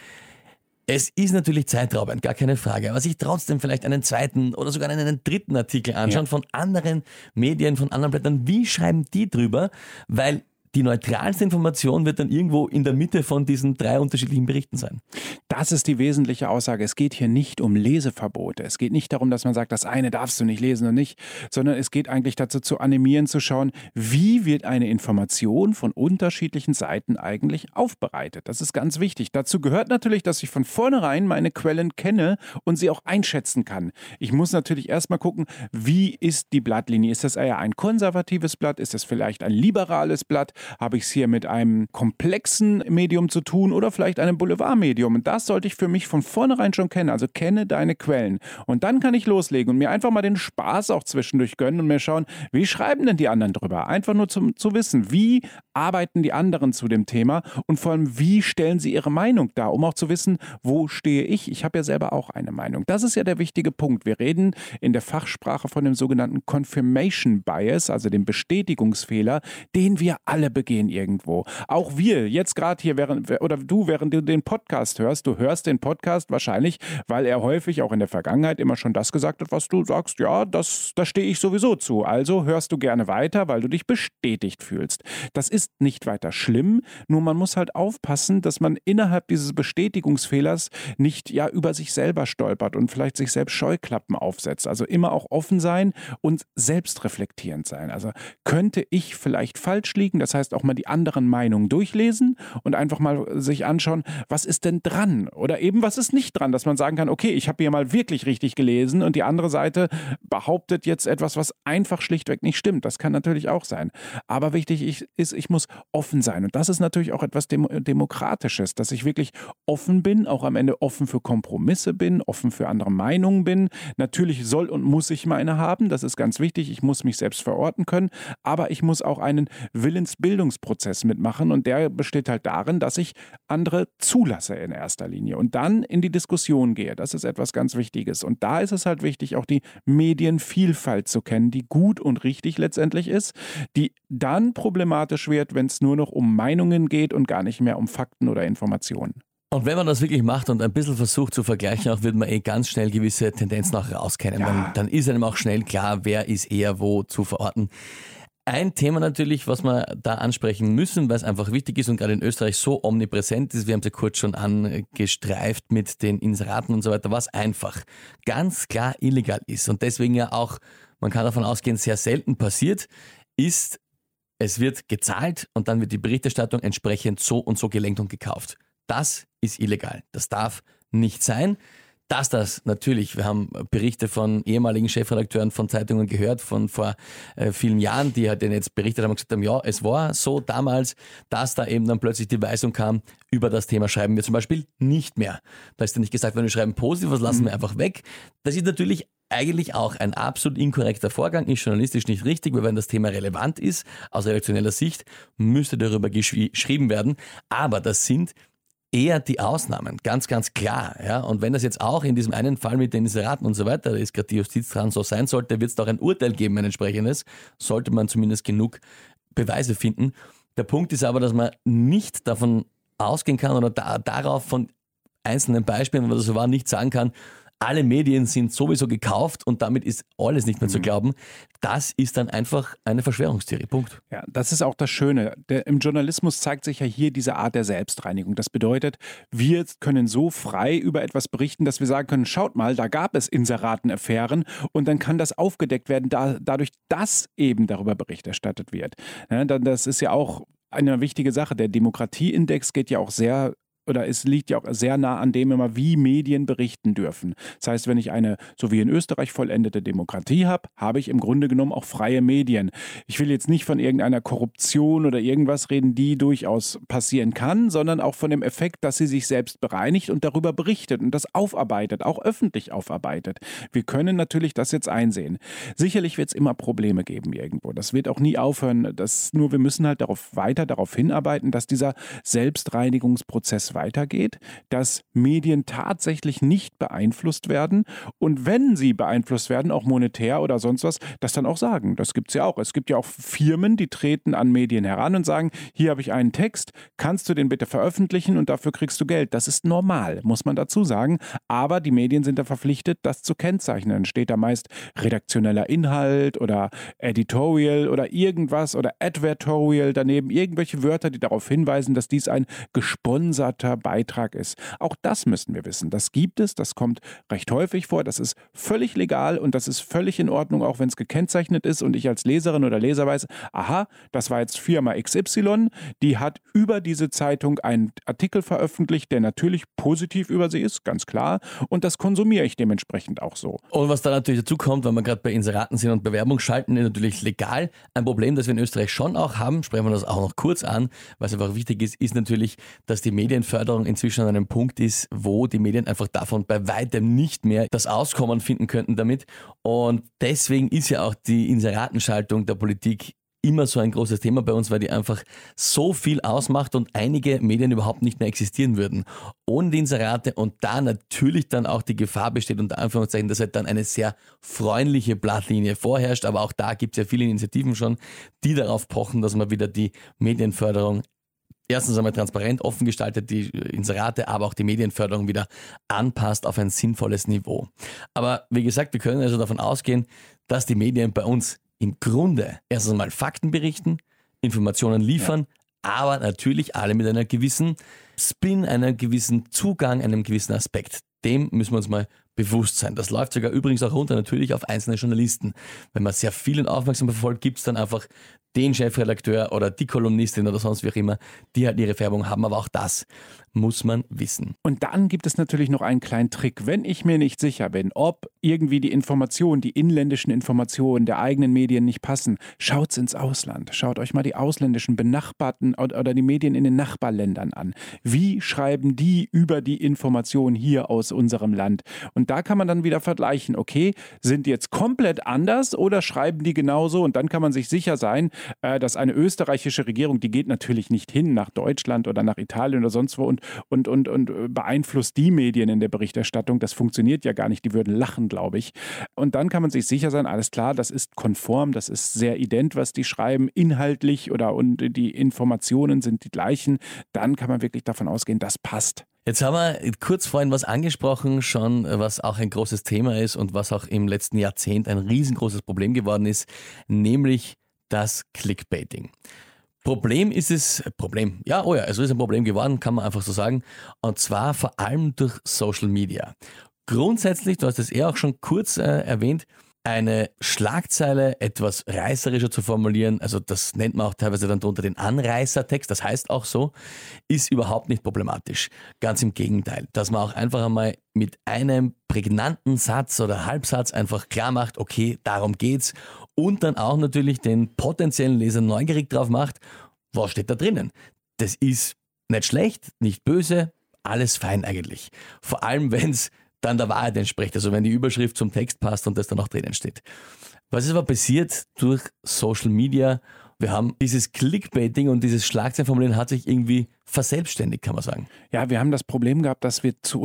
es ist natürlich zeitraubend, gar keine Frage, aber sich trotzdem vielleicht einen zweiten oder sogar einen dritten Artikel anschauen von anderen Medien, von anderen Blättern. Wie schreiben die drüber? Weil die neutralste Information wird dann irgendwo in der Mitte von diesen 3 unterschiedlichen Berichten sein. Das ist die wesentliche Aussage. Es geht hier nicht um Leseverbote. Es geht nicht darum, dass man sagt, das eine darfst du nicht lesen und nicht, sondern es geht eigentlich dazu zu animieren, zu schauen, wie wird eine Information von unterschiedlichen Seiten eigentlich aufbereitet. Das ist ganz wichtig. Dazu gehört natürlich, dass ich von vornherein meine Quellen kenne und sie auch einschätzen kann. Ich muss natürlich erstmal gucken, wie ist die Blattlinie? Ist das eher ein konservatives Blatt? Ist das vielleicht ein liberales Blatt? Habe ich es hier mit einem komplexen Medium zu tun oder vielleicht einem Boulevardmedium? Und das sollte ich für mich von vornherein schon kennen. Also kenne deine Quellen. Und dann kann ich loslegen und mir einfach mal den Spaß auch zwischendurch gönnen und mir schauen, wie schreiben denn die anderen drüber? Einfach nur zu wissen, wie arbeiten die anderen zu dem Thema und vor allem, wie stellen sie ihre Meinung dar, um auch zu wissen, wo stehe ich? Ich habe ja selber auch eine Meinung. Das ist ja der wichtige Punkt. Wir reden in der Fachsprache von dem sogenannten Confirmation Bias, also dem Bestätigungsfehler, den wir alle begehen irgendwo. Auch wir, jetzt gerade hier, während du den Podcast hörst, du hörst den Podcast wahrscheinlich, weil er häufig auch in der Vergangenheit immer schon das gesagt hat, was du sagst, ja, da stehe ich sowieso zu. Also hörst du gerne weiter, weil du dich bestätigt fühlst. Das ist nicht weiter schlimm, nur man muss halt aufpassen, dass man innerhalb dieses Bestätigungsfehlers nicht über sich selber stolpert und vielleicht sich selbst Scheuklappen aufsetzt. Also immer auch offen sein und selbstreflektierend sein. Also könnte ich vielleicht falsch liegen? Das heißt auch mal die anderen Meinungen durchlesen und einfach mal sich anschauen, was ist denn dran? Oder eben, was ist nicht dran? Dass man sagen kann, okay, ich habe hier mal wirklich richtig gelesen und die andere Seite behauptet jetzt etwas, was einfach schlichtweg nicht stimmt. Das kann natürlich auch sein. Aber wichtig ist, ich muss offen sein. Und das ist natürlich auch etwas Demokratisches, dass ich wirklich offen bin, auch am Ende offen für Kompromisse bin, offen für andere Meinungen bin. Natürlich soll und muss ich meine haben. Das ist ganz wichtig. Ich muss mich selbst verorten können. Aber ich muss auch einen Willensbildungsprozess mitmachen und der besteht halt darin, dass ich andere zulasse in erster Linie und dann in die Diskussion gehe. Das ist etwas ganz Wichtiges und da ist es halt wichtig, auch die Medienvielfalt zu kennen, die gut und richtig letztendlich ist, die dann problematisch wird, wenn es nur noch um Meinungen geht und gar nicht mehr um Fakten oder Informationen. Und wenn man das wirklich macht und ein bisschen versucht zu vergleichen, auch wird man ganz schnell gewisse Tendenzen auch rauskennen. Ja. Dann ist einem auch schnell klar, wer ist eher wo zu verorten. Ein Thema natürlich, was wir da ansprechen müssen, weil es einfach wichtig ist und gerade in Österreich so omnipräsent ist, wir haben es ja kurz schon angestreift mit den Inseraten und so weiter, was einfach ganz klar illegal ist und deswegen ja auch, man kann davon ausgehen, sehr selten passiert, ist, es wird gezahlt und dann wird die Berichterstattung entsprechend so und so gelenkt und gekauft. Das ist illegal. Das darf nicht sein. Dass das natürlich, wir haben Berichte von ehemaligen Chefredakteuren von Zeitungen gehört, von vor vielen Jahren, die halt jetzt berichtet haben und gesagt haben, ja, es war so damals, dass da eben dann plötzlich die Weisung kam, über das Thema schreiben wir zum Beispiel nicht mehr. Da ist dann nicht gesagt, wenn wir schreiben positiv, was lassen wir einfach weg. Das ist natürlich eigentlich auch ein absolut inkorrekter Vorgang, ist journalistisch nicht richtig, weil wenn das Thema relevant ist, aus redaktioneller Sicht, müsste darüber geschrieben werden. Aber das sind eher die Ausnahmen, ganz, ganz klar. Ja? Und wenn das jetzt auch in diesem einen Fall mit den Inseraten und so weiter, da ist gerade die Justiz dran, so sein sollte, wird es auch ein Urteil geben, ein entsprechendes, sollte man zumindest genug Beweise finden. Der Punkt ist aber, dass man nicht davon ausgehen kann oder darauf von einzelnen Beispielen, wenn das so war, nicht sagen kann, alle Medien sind sowieso gekauft und damit ist alles nicht mehr zu glauben. Das ist dann einfach eine Verschwörungstheorie. Punkt. Ja, das ist auch das Schöne. Im Journalismus zeigt sich ja hier diese Art der Selbstreinigung. Das bedeutet, wir können so frei über etwas berichten, dass wir sagen können, schaut mal, da gab es Inseratenaffären und dann kann das aufgedeckt werden, dadurch, dass eben darüber Bericht erstattet wird. Ja, das ist ja auch eine wichtige Sache. Der Demokratieindex geht ja auch es liegt ja auch sehr nah an dem immer, wie Medien berichten dürfen. Das heißt, wenn ich eine, so wie in Österreich, vollendete Demokratie habe, habe ich im Grunde genommen auch freie Medien. Ich will jetzt nicht von irgendeiner Korruption oder irgendwas reden, die durchaus passieren kann, sondern auch von dem Effekt, dass sie sich selbst bereinigt und darüber berichtet und das aufarbeitet, auch öffentlich aufarbeitet. Wir können natürlich das jetzt einsehen. Sicherlich wird es immer Probleme geben irgendwo. Das wird auch nie aufhören. Nur wir müssen halt weiter darauf hinarbeiten, dass dieser Selbstreinigungsprozess weitergeht, dass Medien tatsächlich nicht beeinflusst werden und wenn sie beeinflusst werden, auch monetär oder sonst was, das dann auch sagen. Das gibt es ja auch. Es gibt ja auch Firmen, die treten an Medien heran und sagen, hier habe ich einen Text, kannst du den bitte veröffentlichen und dafür kriegst du Geld. Das ist normal, muss man dazu sagen, aber die Medien sind da verpflichtet, das zu kennzeichnen. Dann steht da meist redaktioneller Inhalt oder Editorial oder irgendwas oder Advertorial daneben, irgendwelche Wörter, die darauf hinweisen, dass dies ein gesponserter Beitrag ist. Auch das müssen wir wissen. Das gibt es, das kommt recht häufig vor, das ist völlig legal und das ist völlig in Ordnung, auch wenn es gekennzeichnet ist und ich als Leserin oder Leser weiß, aha, das war jetzt Firma XY, die hat über diese Zeitung einen Artikel veröffentlicht, der natürlich positiv über sie ist, ganz klar, und das konsumiere ich dementsprechend auch so. Und was da natürlich dazu kommt, wenn wir gerade bei Inseraten sind und Bewerbung schalten, ist natürlich legal. Ein Problem, das wir in Österreich schon auch haben, sprechen wir das auch noch kurz an, was einfach wichtig ist natürlich, dass die Medienförderung inzwischen an einem Punkt ist, wo die Medien einfach davon bei weitem nicht mehr das Auskommen finden könnten damit. Und deswegen ist ja auch die Inseratenschaltung der Politik immer so ein großes Thema bei uns, weil die einfach so viel ausmacht und einige Medien überhaupt nicht mehr existieren würden. Ohne die Inserate und da natürlich dann auch die Gefahr besteht, unter Anführungszeichen, dass halt dann eine sehr freundliche Blattlinie vorherrscht, aber auch da gibt es ja viele Initiativen schon, die darauf pochen, dass man wieder die Medienförderung erstens einmal transparent, offen gestaltet, die Inserate, aber auch die Medienförderung wieder anpasst auf ein sinnvolles Niveau. Aber wie gesagt, wir können also davon ausgehen, dass die Medien bei uns im Grunde erstens einmal Fakten berichten, Informationen liefern, aber natürlich alle mit einer gewissen Spin, einem gewissen Zugang, einem gewissen Aspekt. Dem müssen wir uns mal bewusst sein. Das läuft sogar übrigens auch runter natürlich auf einzelne Journalisten. Wenn man sehr vielen aufmerksam verfolgt, gibt es dann einfach den Chefredakteur oder die Kolumnistin oder sonst wie auch immer, die halt ihre Färbung haben, aber auch das muss man wissen. Und dann gibt es natürlich noch einen kleinen Trick. Wenn ich mir nicht sicher bin, ob irgendwie die Informationen, die inländischen Informationen der eigenen Medien nicht passen, schaut's ins Ausland. Schaut euch mal die ausländischen benachbarten oder die Medien in den Nachbarländern an. Wie schreiben die über die Informationen hier aus unserem Land? Und da kann man dann wieder vergleichen, okay, sind die jetzt komplett anders oder schreiben die genauso? Und dann kann man sich sicher sein, dass eine österreichische Regierung, die geht natürlich nicht hin nach Deutschland oder nach Italien oder sonst wo und beeinflusst die Medien in der Berichterstattung. Das funktioniert ja gar nicht, die würden lachen, glaube ich. Und dann kann man sich sicher sein, alles klar, das ist konform, das ist sehr ident, was die schreiben, inhaltlich und die Informationen sind die gleichen. Dann kann man wirklich davon ausgehen, das passt. Jetzt haben wir kurz vorhin was angesprochen, schon was auch ein großes Thema ist und was auch im letzten Jahrzehnt ein riesengroßes Problem geworden ist, nämlich das Clickbaiting. Es ist ein Problem geworden, kann man einfach so sagen, und zwar vor allem durch Social Media. Grundsätzlich, du hast es auch schon kurz erwähnt, eine Schlagzeile etwas reißerischer zu formulieren, also das nennt man auch teilweise dann drunter den Anreißertext, das heißt auch so, ist überhaupt nicht problematisch. Ganz im Gegenteil, dass man auch einfach einmal mit einem prägnanten Satz oder Halbsatz einfach klar macht, okay, darum geht's, und dann auch natürlich den potenziellen Leser neugierig drauf macht, was steht da drinnen. Das ist nicht schlecht, nicht böse, alles fein eigentlich. Vor allem, wenn es dann der Wahrheit entspricht, also wenn die Überschrift zum Text passt und das dann auch drinnen steht. Was ist aber passiert durch Social Media? Wir haben dieses Clickbaiting und dieses Schlagzeilenformulieren hat sich irgendwie verselbstständigt, kann man sagen. Ja, wir haben das Problem gehabt, dass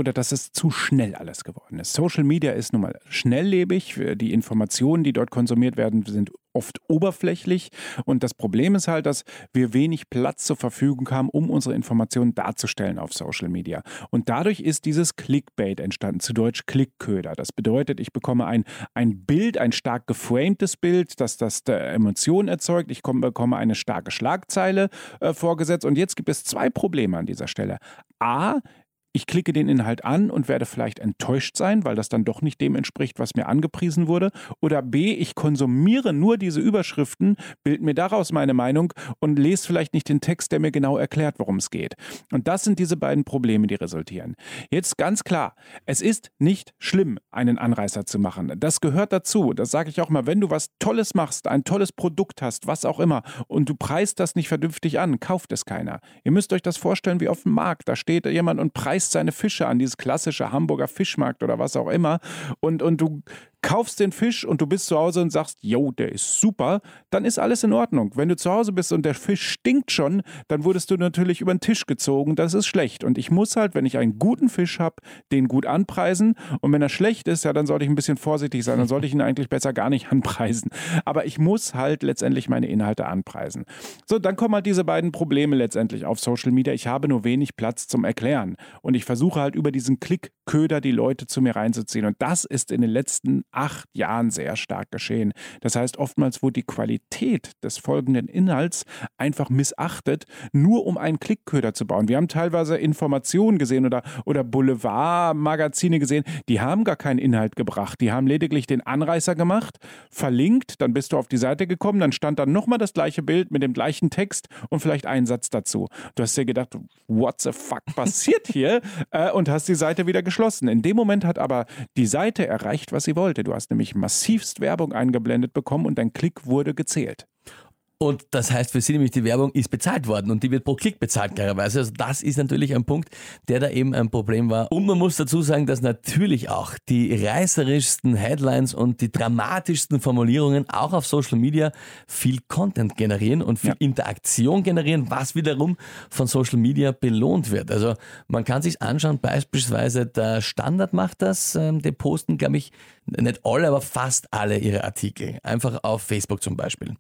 es zu schnell alles geworden ist. Social Media ist nun mal schnelllebig. Die Informationen, die dort konsumiert werden, sind oft oberflächlich. Und das Problem ist halt, dass wir wenig Platz zur Verfügung haben, um unsere Informationen darzustellen auf Social Media. Und dadurch ist dieses Clickbait entstanden, zu Deutsch Klickköder. Das bedeutet, ich bekomme ein Bild, ein stark geframtes Bild, das Emotionen erzeugt. Ich bekomme eine starke Schlagzeile vorgesetzt. Und jetzt gibt es zwei Probleme an dieser Stelle. A, ich klicke den Inhalt an und werde vielleicht enttäuscht sein, weil das dann doch nicht dem entspricht, was mir angepriesen wurde. Oder B, ich konsumiere nur diese Überschriften, bilde mir daraus meine Meinung und lese vielleicht nicht den Text, der mir genau erklärt, worum es geht. Und das sind diese beiden Probleme, die resultieren. Jetzt ganz klar, es ist nicht schlimm, einen Anreißer zu machen. Das gehört dazu. Das sage ich auch mal, wenn du was Tolles machst, ein tolles Produkt hast, was auch immer, und du preist das nicht vernünftig an, kauft es keiner. Ihr müsst euch das vorstellen wie auf dem Markt. Da steht jemand und preist seine Fische an, dieses klassische Hamburger Fischmarkt oder was auch immer, und du kaufst den Fisch und du bist zu Hause und sagst, jo, der ist super, dann ist alles in Ordnung. Wenn du zu Hause bist und der Fisch stinkt schon, dann wurdest du natürlich über den Tisch gezogen, das ist schlecht. Und ich muss halt, wenn ich einen guten Fisch habe, den gut anpreisen, und wenn er schlecht ist, ja, dann sollte ich ein bisschen vorsichtig sein, dann sollte ich ihn eigentlich besser gar nicht anpreisen. Aber ich muss halt letztendlich meine Inhalte anpreisen. So, dann kommen halt diese beiden Probleme letztendlich auf Social Media. Ich habe nur wenig Platz zum Erklären und ich versuche halt über diesen Klickköder die Leute zu mir reinzuziehen, und das ist in den letzten 8 Jahren sehr stark geschehen. Das heißt, oftmals wurde die Qualität des folgenden Inhalts einfach missachtet, nur um einen Klickköder zu bauen. Wir haben teilweise Informationen gesehen oder Boulevardmagazine gesehen, die haben gar keinen Inhalt gebracht. Die haben lediglich den Anreißer gemacht, verlinkt, dann bist du auf die Seite gekommen, dann stand dann nochmal das gleiche Bild mit dem gleichen Text und vielleicht einen Satz dazu. Du hast dir gedacht, what the fuck passiert hier? Und hast die Seite wieder geschlossen. In dem Moment hat aber die Seite erreicht, was sie wollte. Du hast nämlich massivst Werbung eingeblendet bekommen und dein Klick wurde gezählt. Und das heißt für sie nämlich, die Werbung ist bezahlt worden und die wird pro Klick bezahlt, klarerweise. Also das ist natürlich ein Punkt, der da eben ein Problem war. Und man muss dazu sagen, dass natürlich auch die reißerischsten Headlines und die dramatischsten Formulierungen auch auf Social Media viel Content generieren und viel Interaktion generieren, was wiederum von Social Media belohnt wird. Also man kann sich anschauen, beispielsweise der Standard macht das, die posten, glaube ich, nicht alle, aber fast alle ihre Artikel. Einfach auf Facebook zum Beispiel.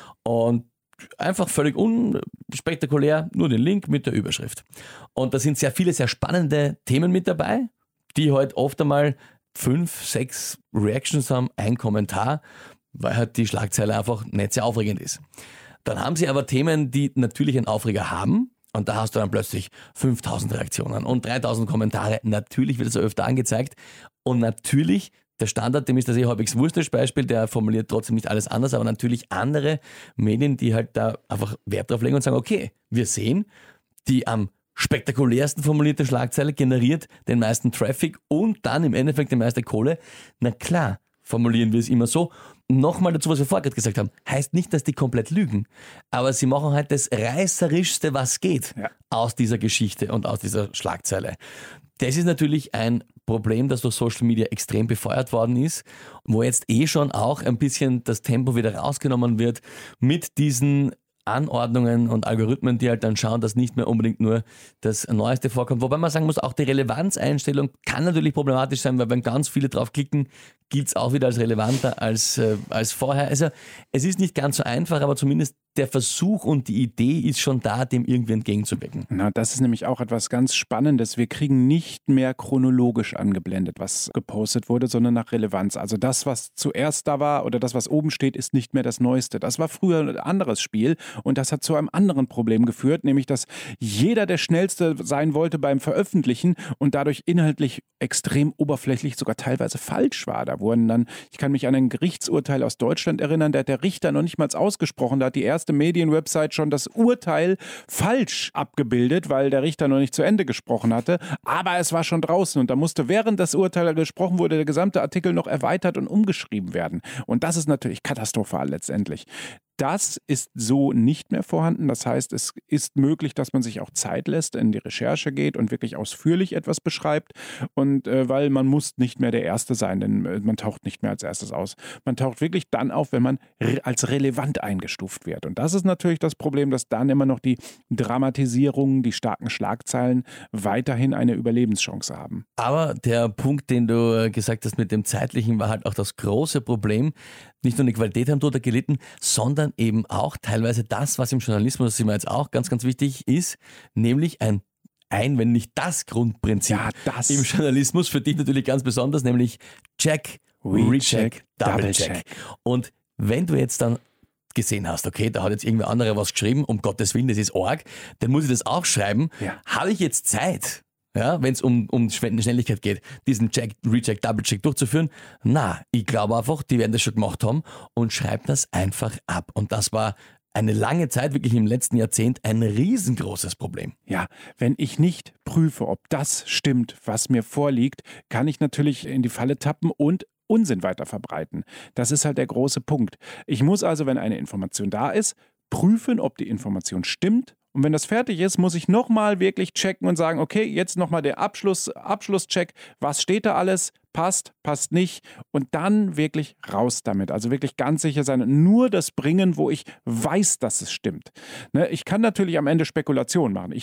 Und einfach völlig unspektakulär, nur den Link mit der Überschrift. Und da sind sehr viele, sehr spannende Themen mit dabei, die halt oft einmal 5, 6 Reactions haben, ein Kommentar, weil halt die Schlagzeile einfach nicht sehr aufregend ist. Dann haben sie aber Themen, die natürlich einen Aufreger haben. Und da hast du dann plötzlich 5000 Reaktionen und 3000 Kommentare. Natürlich wird es öfter angezeigt. Und natürlich, der Standard, dem ist das halbwegs wurscht, das Beispiel, der formuliert trotzdem nicht alles anders, aber natürlich andere Medien, die halt da einfach Wert drauf legen und sagen, okay, wir sehen, die am spektakulärsten formulierte Schlagzeile generiert den meisten Traffic und dann im Endeffekt die meiste Kohle. Na klar, formulieren wir es immer so. Nochmal dazu, was wir vorher gerade gesagt haben, heißt nicht, dass die komplett lügen, aber sie machen halt das Reißerischste, was geht, aus dieser Geschichte und aus dieser Schlagzeile. Das ist natürlich ein Problem, das durch Social Media extrem befeuert worden ist, wo jetzt schon auch ein bisschen das Tempo wieder rausgenommen wird mit diesen Anordnungen und Algorithmen, die halt dann schauen, dass nicht mehr unbedingt nur das Neueste vorkommt. Wobei man sagen muss, auch die Relevanzeinstellung kann natürlich problematisch sein, weil wenn ganz viele drauf klicken, gilt es auch wieder als relevanter als vorher. Also es ist nicht ganz so einfach, aber zumindest der Versuch und die Idee ist schon da, dem irgendwie entgegenzuwirken. Na, das ist nämlich auch etwas ganz Spannendes. Wir kriegen nicht mehr chronologisch angeblendet, was gepostet wurde, sondern nach Relevanz. Also das, was zuerst da war oder das, was oben steht, ist nicht mehr das Neueste. Das war früher ein anderes Spiel und das hat zu einem anderen Problem geführt, nämlich dass jeder der Schnellste sein wollte beim Veröffentlichen und dadurch inhaltlich extrem oberflächlich, sogar teilweise falsch war. Da wurden dann, ich kann mich an ein Gerichtsurteil aus Deutschland erinnern, da hat der Richter noch nicht mal ausgesprochen, da hat die erste Medienwebsite schon das Urteil falsch abgebildet, weil der Richter noch nicht zu Ende gesprochen hatte, aber es war schon draußen und da musste, während das Urteil gesprochen wurde, der gesamte Artikel noch erweitert und umgeschrieben werden. Und das ist natürlich katastrophal letztendlich. Das ist so nicht mehr vorhanden. Das heißt, es ist möglich, dass man sich auch Zeit lässt, in die Recherche geht und wirklich ausführlich etwas beschreibt. Und weil man muss nicht mehr der Erste sein, denn man taucht nicht mehr als erstes aus. Man taucht wirklich dann auf, wenn man als relevant eingestuft wird. Und das ist natürlich das Problem, dass dann immer noch die Dramatisierungen, die starken Schlagzeilen weiterhin eine Überlebenschance haben. Aber der Punkt, den du gesagt hast mit dem Zeitlichen, war halt auch das große Problem. Nicht nur die Qualität haben darunter gelitten, sondern eben auch teilweise das, was im Journalismus, das ist mir jetzt auch ganz, ganz wichtig ist, nämlich ein, wenn nicht das Grundprinzip im Journalismus, für dich natürlich ganz besonders, nämlich Check, Recheck, Double-Check. Und wenn du jetzt dann gesehen hast, okay, da hat jetzt irgendwer anderer was geschrieben, um Gottes Willen, das ist arg, dann muss ich das auch schreiben. Ja. Habe ich jetzt Zeit, ja, wenn es um Schnelligkeit geht, diesen Check, Recheck, Double-Check durchzuführen? Na, ich glaube einfach, die werden das schon gemacht haben und schreiben das einfach ab. Und das war eine lange Zeit, wirklich im letzten Jahrzehnt, ein riesengroßes Problem. Ja, wenn ich nicht prüfe, ob das stimmt, was mir vorliegt, kann ich natürlich in die Falle tappen und Unsinn weiter verbreiten. Das ist halt der große Punkt. Ich muss also, wenn eine Information da ist, prüfen, ob die Information stimmt. Und wenn das fertig ist, muss ich nochmal wirklich checken und sagen, okay, jetzt nochmal der Abschlusscheck. Was steht da alles? Passt nicht und dann wirklich raus damit. Also wirklich ganz sicher sein und nur das bringen, wo ich weiß, dass es stimmt. Ne, ich kann natürlich am Ende Spekulation machen.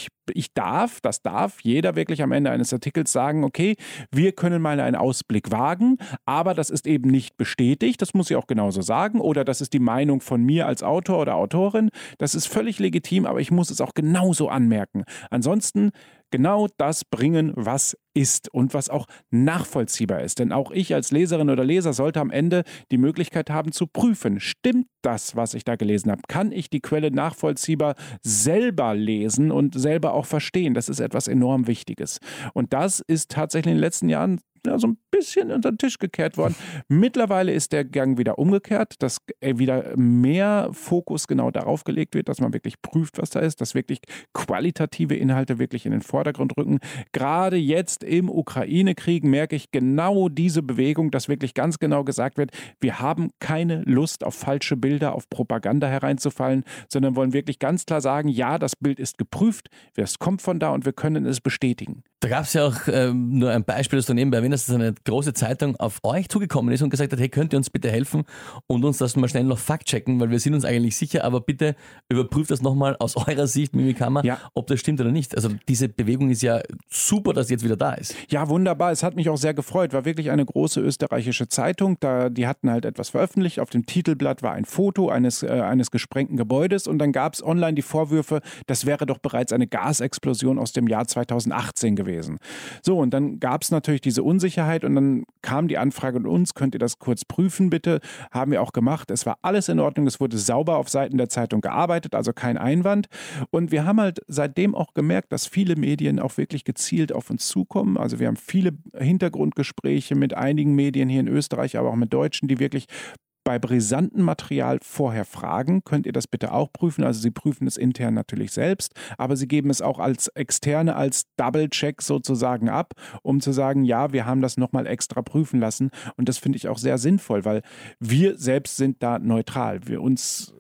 Das darf jeder wirklich am Ende eines Artikels sagen, okay, wir können mal einen Ausblick wagen, aber das ist eben nicht bestätigt, das muss ich auch genauso sagen, oder das ist die Meinung von mir als Autor oder Autorin, das ist völlig legitim, aber ich muss es auch genauso anmerken. Ansonsten genau das bringen, was ist und was auch nachvollziehbar ist. Denn auch ich als Leserin oder Leser sollte am Ende die Möglichkeit haben zu prüfen, stimmt das, was ich da gelesen habe? Kann ich die Quelle nachvollziehbar selber lesen und selber auch verstehen? Das ist etwas enorm Wichtiges. Und das ist tatsächlich in den letzten Jahren so ein bisschen unter den Tisch gekehrt worden. Mittlerweile ist der Gang wieder umgekehrt, dass wieder mehr Fokus genau darauf gelegt wird, dass man wirklich prüft, was da ist, dass wirklich qualitative Inhalte wirklich in den Vordergrund rücken. Gerade jetzt im Ukraine-Krieg merke ich genau diese Bewegung, dass wirklich ganz genau gesagt wird, wir haben keine Lust auf falsche Bilder, auf Propaganda hereinzufallen, sondern wollen wirklich ganz klar sagen, ja, das Bild ist geprüft, es kommt von da und wir können es bestätigen. Da gab es ja auch nur ein Beispiel, das du nebenbei erwähnt hast, dass eine große Zeitung auf euch zugekommen ist und gesagt hat, hey, könnt ihr uns bitte helfen und uns das mal schnell noch fact-checken, weil wir sind uns eigentlich sicher, aber bitte überprüft das nochmal aus eurer Sicht, Mimikama, ob das stimmt oder nicht. Also diese Bewegung ist ja super, dass sie jetzt wieder da ist. Ja, wunderbar. Es hat mich auch sehr gefreut. War wirklich eine große österreichische Zeitung. Die hatten halt etwas veröffentlicht. Auf dem Titelblatt war ein Foto eines gesprengten Gebäudes und dann gab es online die Vorwürfe, das wäre doch bereits eine Gasexplosion aus dem Jahr 2018 gewesen. So, und dann gab es natürlich diese Unsicherheit und dann kam die Anfrage an uns, könnt ihr das kurz prüfen bitte? Haben wir auch gemacht. Es war alles in Ordnung, es wurde sauber auf Seiten der Zeitung gearbeitet, also kein Einwand. Und wir haben halt seitdem auch gemerkt, dass viele Medien auch wirklich gezielt auf uns zukommen. Also wir haben viele Hintergrundgespräche mit einigen Medien hier in Österreich, aber auch mit Deutschen, die wirklich bei brisantem Material vorher fragen, könnt ihr das bitte auch prüfen. Also sie prüfen es intern natürlich selbst, aber sie geben es auch als Externe, als Double-Check sozusagen ab, um zu sagen, ja, wir haben das nochmal extra prüfen lassen. Und das finde ich auch sehr sinnvoll, weil wir selbst sind da neutral. Uns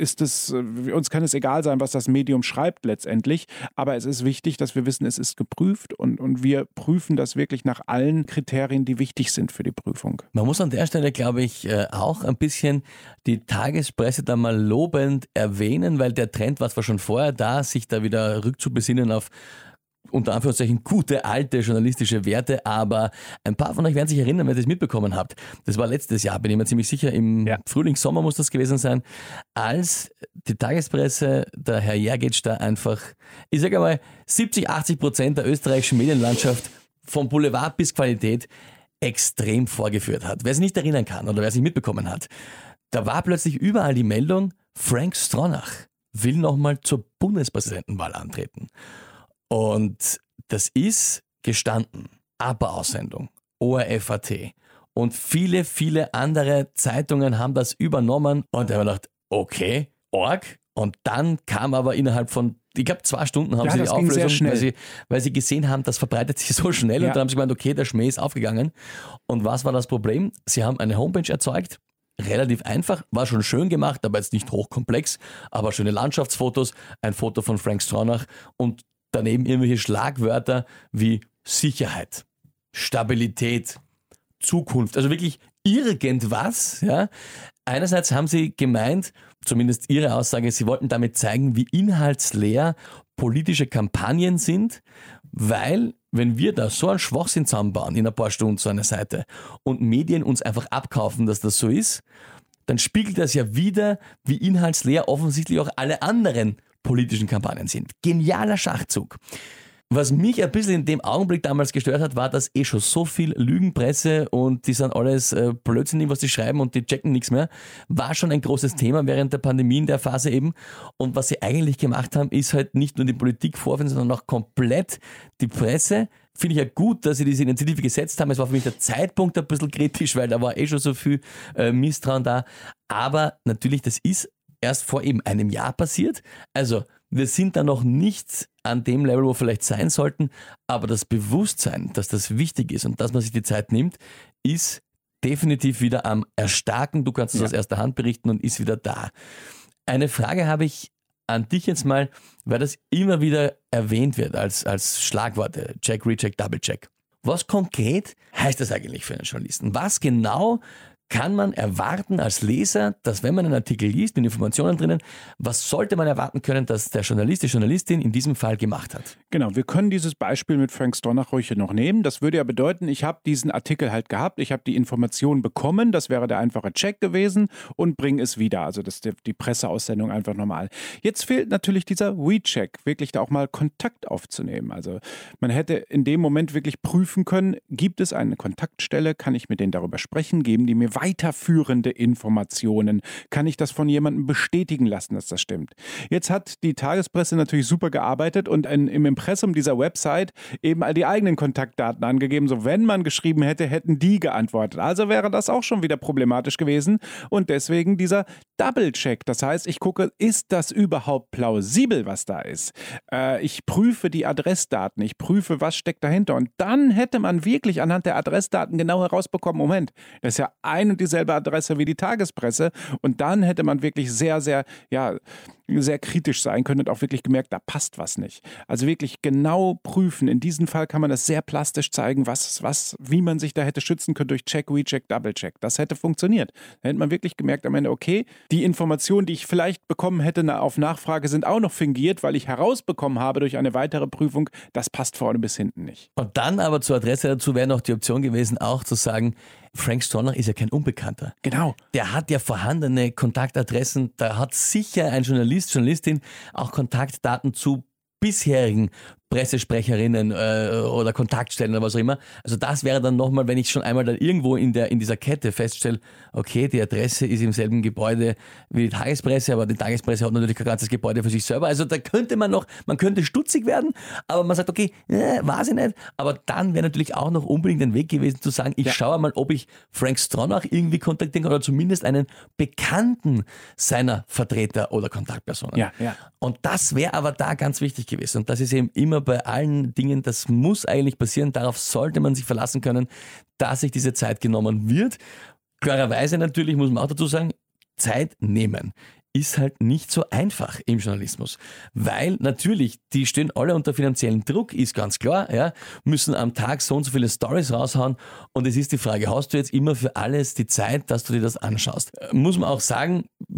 kann es egal sein, was das Medium schreibt letztendlich, aber es ist wichtig, dass wir wissen, es ist geprüft und wir prüfen das wirklich nach allen Kriterien, die wichtig sind für die Prüfung. Man muss an der Stelle, glaube ich, auch ein bisschen die Tagespresse da mal lobend erwähnen, weil der Trend war zwar schon vorher da, sich da wieder rückzubesinnen auf unter Anführungszeichen gute, alte journalistische Werte, aber ein paar von euch werden sich erinnern, wenn ihr das mitbekommen habt. Das war letztes Jahr, bin ich mir ziemlich sicher, im Frühling, Sommer muss das gewesen sein, als die Tagespresse, der Herr Jergic da einfach, ich sage einmal, 70-80% der österreichischen Medienlandschaft vom Boulevard bis Qualität extrem vorgeführt hat. Wer sich nicht erinnern kann oder wer sich mitbekommen hat, da war plötzlich überall die Meldung, Frank Stronach will nochmal zur Bundespräsidentenwahl antreten. Und das ist gestanden. APA-Aussendung, ORF.at und viele, viele andere Zeitungen haben das übernommen und da haben wir gedacht, okay, Org. Und dann kam aber innerhalb von, ich glaube 2 Stunden haben sie die Auflösung, weil sie gesehen haben, das verbreitet sich so schnell und dann haben sie gemeint, okay, der Schmäh ist aufgegangen. Und was war das Problem? Sie haben eine Homepage erzeugt, relativ einfach, war schon schön gemacht, aber jetzt nicht hochkomplex, aber schöne Landschaftsfotos, ein Foto von Frank Stronach und daneben irgendwelche Schlagwörter wie Sicherheit, Stabilität, Zukunft, also wirklich irgendwas. Ja. Einerseits haben sie gemeint, zumindest ihre Aussage, sie wollten damit zeigen, wie inhaltsleer politische Kampagnen sind, weil wenn wir da so einen Schwachsinn zusammenbauen in ein paar Stunden so eine Seite und Medien uns einfach abkaufen, dass das so ist, dann spiegelt das ja wieder, wie inhaltsleer offensichtlich auch alle anderen politischen Kampagnen sind. Genialer Schachzug. Was mich ein bisschen in dem Augenblick damals gestört hat, war, dass schon so viel Lügenpresse und die sind alles blödsinnig, was die schreiben und die checken nichts mehr, war schon ein großes Thema während der Pandemie in der Phase eben. Und was sie eigentlich gemacht haben, ist halt nicht nur die Politik vorführen, sondern auch komplett die Presse. Finde ich ja gut, dass sie diese Initiative gesetzt haben. Es war für mich der Zeitpunkt ein bisschen kritisch, weil da war schon so viel Misstrauen da. Aber natürlich, das ist erst vor eben einem Jahr passiert. Also wir sind da noch nicht an dem Level, wo wir vielleicht sein sollten, aber das Bewusstsein, dass das wichtig ist und dass man sich die Zeit nimmt, ist definitiv wieder am Erstarken. Du kannst es aus erster Hand berichten und ist wieder da. Eine Frage habe ich an dich jetzt mal, weil das immer wieder erwähnt wird als Schlagworte, Check, Recheck, Double Check. Was konkret heißt das eigentlich für einen Journalisten? Was genau kann man erwarten als Leser, dass wenn man einen Artikel liest mit Informationen drinnen, was sollte man erwarten können, dass der Journalist, die Journalistin in diesem Fall gemacht hat? Genau, wir können dieses Beispiel mit Frank Stronach ruhig noch nehmen. Das würde ja bedeuten, ich habe diesen Artikel halt gehabt, ich habe die Information bekommen, das wäre der einfache Check gewesen und bringe es wieder. Also das ist die Presseaussendung einfach normal. Jetzt fehlt natürlich dieser Recheck, wirklich da auch mal Kontakt aufzunehmen. Also man hätte in dem Moment wirklich prüfen können, gibt es eine Kontaktstelle, kann ich mit denen darüber sprechen, geben die mir weiterführende Informationen? Kann ich das von jemandem bestätigen lassen, dass das stimmt? Jetzt hat die Tagespresse natürlich super gearbeitet und im Impressum dieser Website eben all die eigenen Kontaktdaten angegeben. So, wenn man geschrieben hätte, hätten die geantwortet. Also wäre das auch schon wieder problematisch gewesen und deswegen dieser Double-Check. Das heißt, ich gucke, ist das überhaupt plausibel, was da ist? Ich prüfe die Adressdaten, ich prüfe, was steckt dahinter und dann hätte man wirklich anhand der Adressdaten genau herausbekommen, Moment, das ist ja ein und dieselbe Adresse wie die Tagespresse und dann hätte man wirklich sehr, sehr, sehr kritisch sein können und auch wirklich gemerkt, da passt was nicht. Also wirklich genau prüfen. In diesem Fall kann man das sehr plastisch zeigen, wie man sich da hätte schützen können durch Check, Recheck, Double Check. Das hätte funktioniert. Da hätte man wirklich gemerkt am Ende, okay, die Informationen, die ich vielleicht bekommen hätte auf Nachfrage, sind auch noch fingiert, weil ich herausbekommen habe durch eine weitere Prüfung, das passt vorne bis hinten nicht. Und dann aber zur Adresse dazu wäre noch die Option gewesen, auch zu sagen, Frank Stronach ist ja kein Unbekannter. Genau. Der hat ja vorhandene Kontaktadressen, da hat sicher ein Journalist, Journalistin auch Kontaktdaten zu bisherigen Pressesprecherinnen oder Kontaktstellen oder was auch immer. Also das wäre dann nochmal, wenn ich schon einmal dann irgendwo in dieser Kette feststelle, okay, die Adresse ist im selben Gebäude wie die Tagespresse, aber die Tagespresse hat natürlich kein ganzes Gebäude für sich selber. Also da könnte man könnte stutzig werden, aber man sagt, okay, weiß ich nicht. Aber dann wäre natürlich auch noch unbedingt ein Weg gewesen zu sagen, ich schaue mal, ob ich Frank Stronach irgendwie kontaktieren kann oder zumindest einen Bekannten seiner Vertreter oder Kontaktpersonen. Ja. Und das wäre aber da ganz wichtig gewesen. Und das ist eben immer bei allen Dingen, das muss eigentlich passieren. Darauf sollte man sich verlassen können, dass sich diese Zeit genommen wird. Klarerweise natürlich, muss man auch dazu sagen, Zeit nehmen ist halt nicht so einfach im Journalismus. Weil natürlich, die stehen alle unter finanziellen Druck, ist ganz klar, ja, müssen am Tag so und so viele Storys raushauen und es ist die Frage, hast du jetzt immer für alles die Zeit, dass du dir das anschaust? Muss man auch sagen,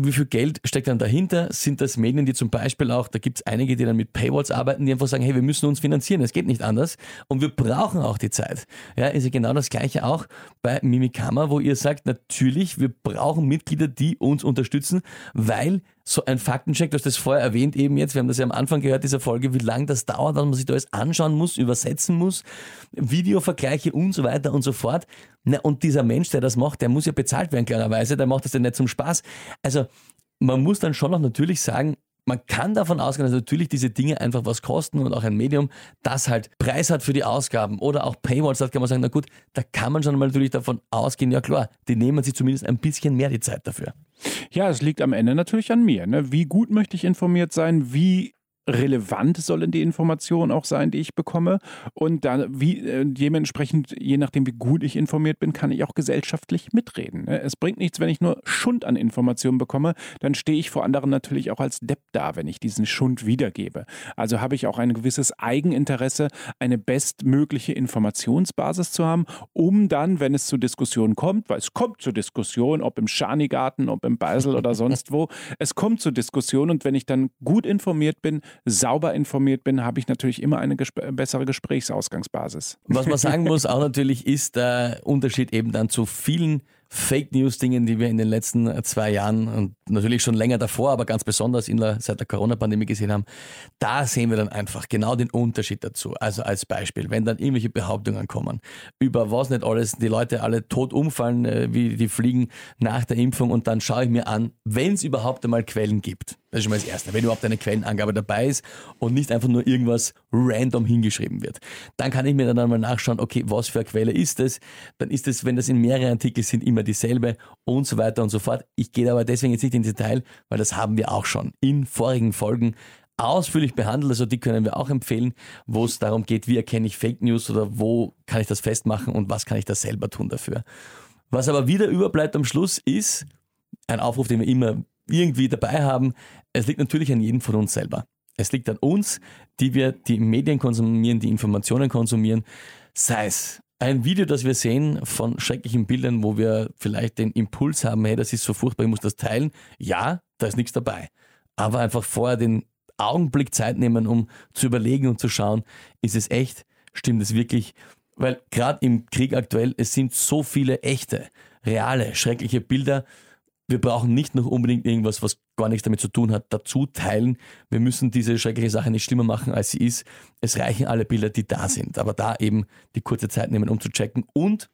wie viel Geld steckt dann dahinter? Sind das Medien, die zum Beispiel auch, da gibt es einige, die dann mit Paywalls arbeiten, die einfach sagen, hey, wir müssen uns finanzieren, es geht nicht anders und wir brauchen auch die Zeit. Ja, ist ja genau das Gleiche auch bei Mimikama, wo ihr sagt, natürlich, wir brauchen Mitglieder, die uns unterstützen, weil so ein Faktencheck, du hast das vorher erwähnt eben jetzt, wir haben das ja am Anfang gehört, dieser Folge, wie lange das dauert, was man sich da alles anschauen muss, übersetzen muss, Videovergleiche und so weiter und so fort. Na, und dieser Mensch, der das macht, der muss ja bezahlt werden, klarerweise, der macht das ja nicht zum Spaß. Also man muss dann schon noch natürlich sagen, man kann davon ausgehen, dass natürlich diese Dinge einfach was kosten und auch ein Medium, das halt Preis hat für die Ausgaben oder auch Paywalls hat, kann man sagen, na gut, da kann man schon mal natürlich davon ausgehen, ja klar, die nehmen sich zumindest ein bisschen mehr die Zeit dafür. Ja, es liegt am Ende natürlich an mir. Ne? Wie gut möchte ich informiert sein? Wie relevant sollen die Informationen auch sein, die ich bekomme? Und dann, dementsprechend, je nachdem, wie gut ich informiert bin, kann ich auch gesellschaftlich mitreden. Ne? Es bringt nichts, wenn ich nur Schund an Informationen bekomme, dann stehe ich vor anderen natürlich auch als Depp da, wenn ich diesen Schund wiedergebe. Also habe ich auch ein gewisses Eigeninteresse, eine bestmögliche Informationsbasis zu haben, um dann, wenn es zu Diskussionen kommt, weil es kommt zur Diskussion, ob im Schanigarten, ob im Beisel oder sonst wo, es kommt zur Diskussion und wenn ich dann gut informiert bin, sauber informiert bin, habe ich natürlich immer eine bessere Gesprächsausgangsbasis. Was man sagen muss auch natürlich ist der Unterschied eben dann zu vielen Fake-News-Dingen, die wir in den letzten 2 Jahren und natürlich schon länger davor, aber ganz besonders seit der Corona-Pandemie gesehen haben, da sehen wir dann einfach genau den Unterschied dazu. Also als Beispiel, wenn dann irgendwelche Behauptungen kommen, über was nicht alles, die Leute alle tot umfallen, wie die fliegen nach der Impfung und dann schaue ich mir an, wenn es überhaupt einmal Quellen gibt. Das ist schon mal das Erste, wenn überhaupt eine Quellenangabe dabei ist und nicht einfach nur irgendwas random hingeschrieben wird. Dann kann ich mir dann einmal nachschauen, okay, was für eine Quelle ist das? Dann ist es, wenn das in mehrere Artikel sind, immer dieselbe und so weiter und so fort. Ich gehe aber deswegen jetzt nicht ins Detail, weil das haben wir auch schon in vorigen Folgen ausführlich behandelt, also die können wir auch empfehlen, wo es darum geht, wie erkenne ich Fake News oder wo kann ich das festmachen und was kann ich da selber tun dafür. Was aber wieder überbleibt am Schluss ist ein Aufruf, den wir immer irgendwie dabei haben, es liegt natürlich an jedem von uns selber. Es liegt an uns, die wir die Medien konsumieren, die Informationen konsumieren, sei es ein Video, das wir sehen von schrecklichen Bildern, wo wir vielleicht den Impuls haben, hey, das ist so furchtbar, ich muss das teilen. Ja, da ist nichts dabei. Aber einfach vorher den Augenblick Zeit nehmen, um zu überlegen und zu schauen, ist es echt, stimmt es wirklich? Weil gerade im Krieg aktuell, es sind so viele echte, reale, schreckliche Bilder. Wir brauchen nicht noch unbedingt irgendwas, was gar nichts damit zu tun hat, dazu teilen. Wir müssen diese schreckliche Sache nicht schlimmer machen, als sie ist. Es reichen alle Bilder, die da sind. Aber da eben die kurze Zeit nehmen, um zu checken. Und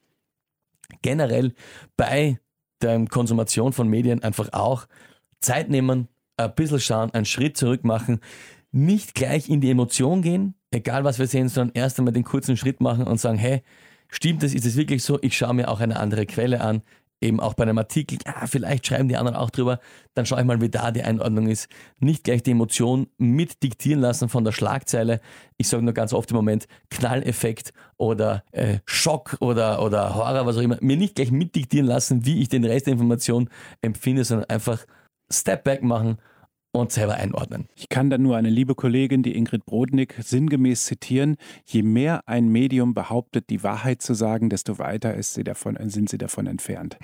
generell bei der Konsumation von Medien einfach auch Zeit nehmen, ein bisschen schauen, einen Schritt zurück machen, nicht gleich in die Emotion gehen, egal was wir sehen, sondern erst einmal den kurzen Schritt machen und sagen, hey, stimmt das, ist es wirklich so? Ich schaue mir auch eine andere Quelle an. Eben auch bei einem Artikel, vielleicht schreiben die anderen auch drüber, dann schaue ich mal, wie da die Einordnung ist. Nicht gleich die Emotion mit diktieren lassen von der Schlagzeile. Ich sage nur ganz oft im Moment Knalleffekt oder Schock oder Horror, was auch immer. Mir nicht gleich mitdiktieren lassen, wie ich den Rest der Information empfinde, sondern einfach Step Back machen und selber einordnen. Ich kann dann nur eine liebe Kollegin, die Ingrid Brodnik, sinngemäß zitieren: Je mehr ein Medium behauptet, die Wahrheit zu sagen, desto weiter sind sie davon entfernt.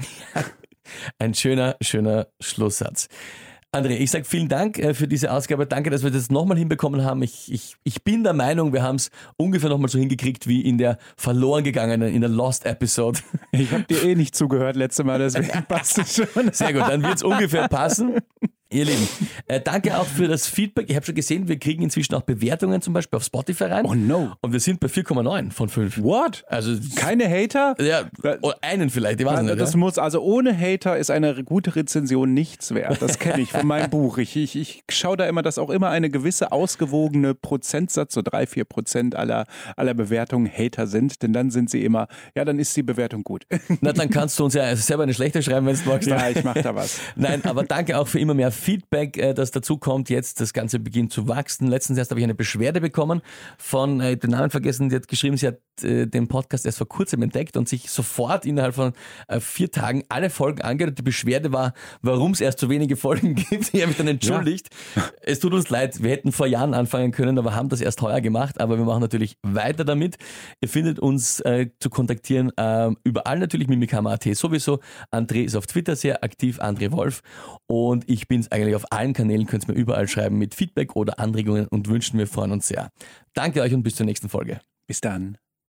Ein schöner Schlusssatz. André, ich sage vielen Dank für diese Ausgabe. Danke, dass wir das nochmal hinbekommen haben. Ich bin der Meinung, wir haben es ungefähr nochmal so hingekriegt wie in der verloren gegangenen, in der Lost Episode. Ich habe dir nicht zugehört letztes Mal, deswegen passt es schon. Sehr gut, dann wird es ungefähr passen. Ihr Lieben, danke auch für das Feedback. Ich habe schon gesehen, wir kriegen inzwischen auch Bewertungen zum Beispiel auf Spotify rein. Oh no. Und wir sind bei 4,9 von 5. What? Also keine Hater? Ja, oder einen vielleicht, ich weiß nicht. Das muss, also ohne Hater ist eine gute Rezension nichts wert. Das kenne ich von meinem Buch. Ich schaue da immer, dass auch immer eine gewisse ausgewogene Prozentsatz, so 3-4% aller Bewertungen Hater sind. Denn dann sind sie immer, ja, dann ist die Bewertung gut. Na, dann kannst du uns ja selber eine schlechte schreiben, wenn du magst. Ja, ich mache da was. Nein, aber danke auch für immer mehr Feedback, das dazu kommt jetzt. Das Ganze beginnt zu wachsen. Letztens erst habe ich eine Beschwerde bekommen von, den Namen vergessen, die hat geschrieben, sie hat den Podcast erst vor kurzem entdeckt und sich sofort innerhalb von 4 Tagen alle Folgen angehört. Die Beschwerde war, warum es erst so wenige Folgen gibt. Ich habe mich dann entschuldigt. Ja. Es tut uns leid, wir hätten vor Jahren anfangen können, aber haben das erst heuer gemacht. Aber wir machen natürlich weiter damit. Ihr findet uns zu kontaktieren überall natürlich, mimikama.at sowieso. André ist auf Twitter sehr aktiv, André Wolf. Und ich bin es eigentlich auf allen Kanälen, könnt ihr mir überall schreiben mit Feedback oder Anregungen und Wünschen. Wir freuen uns sehr. Danke euch und bis zur nächsten Folge. Bis dann.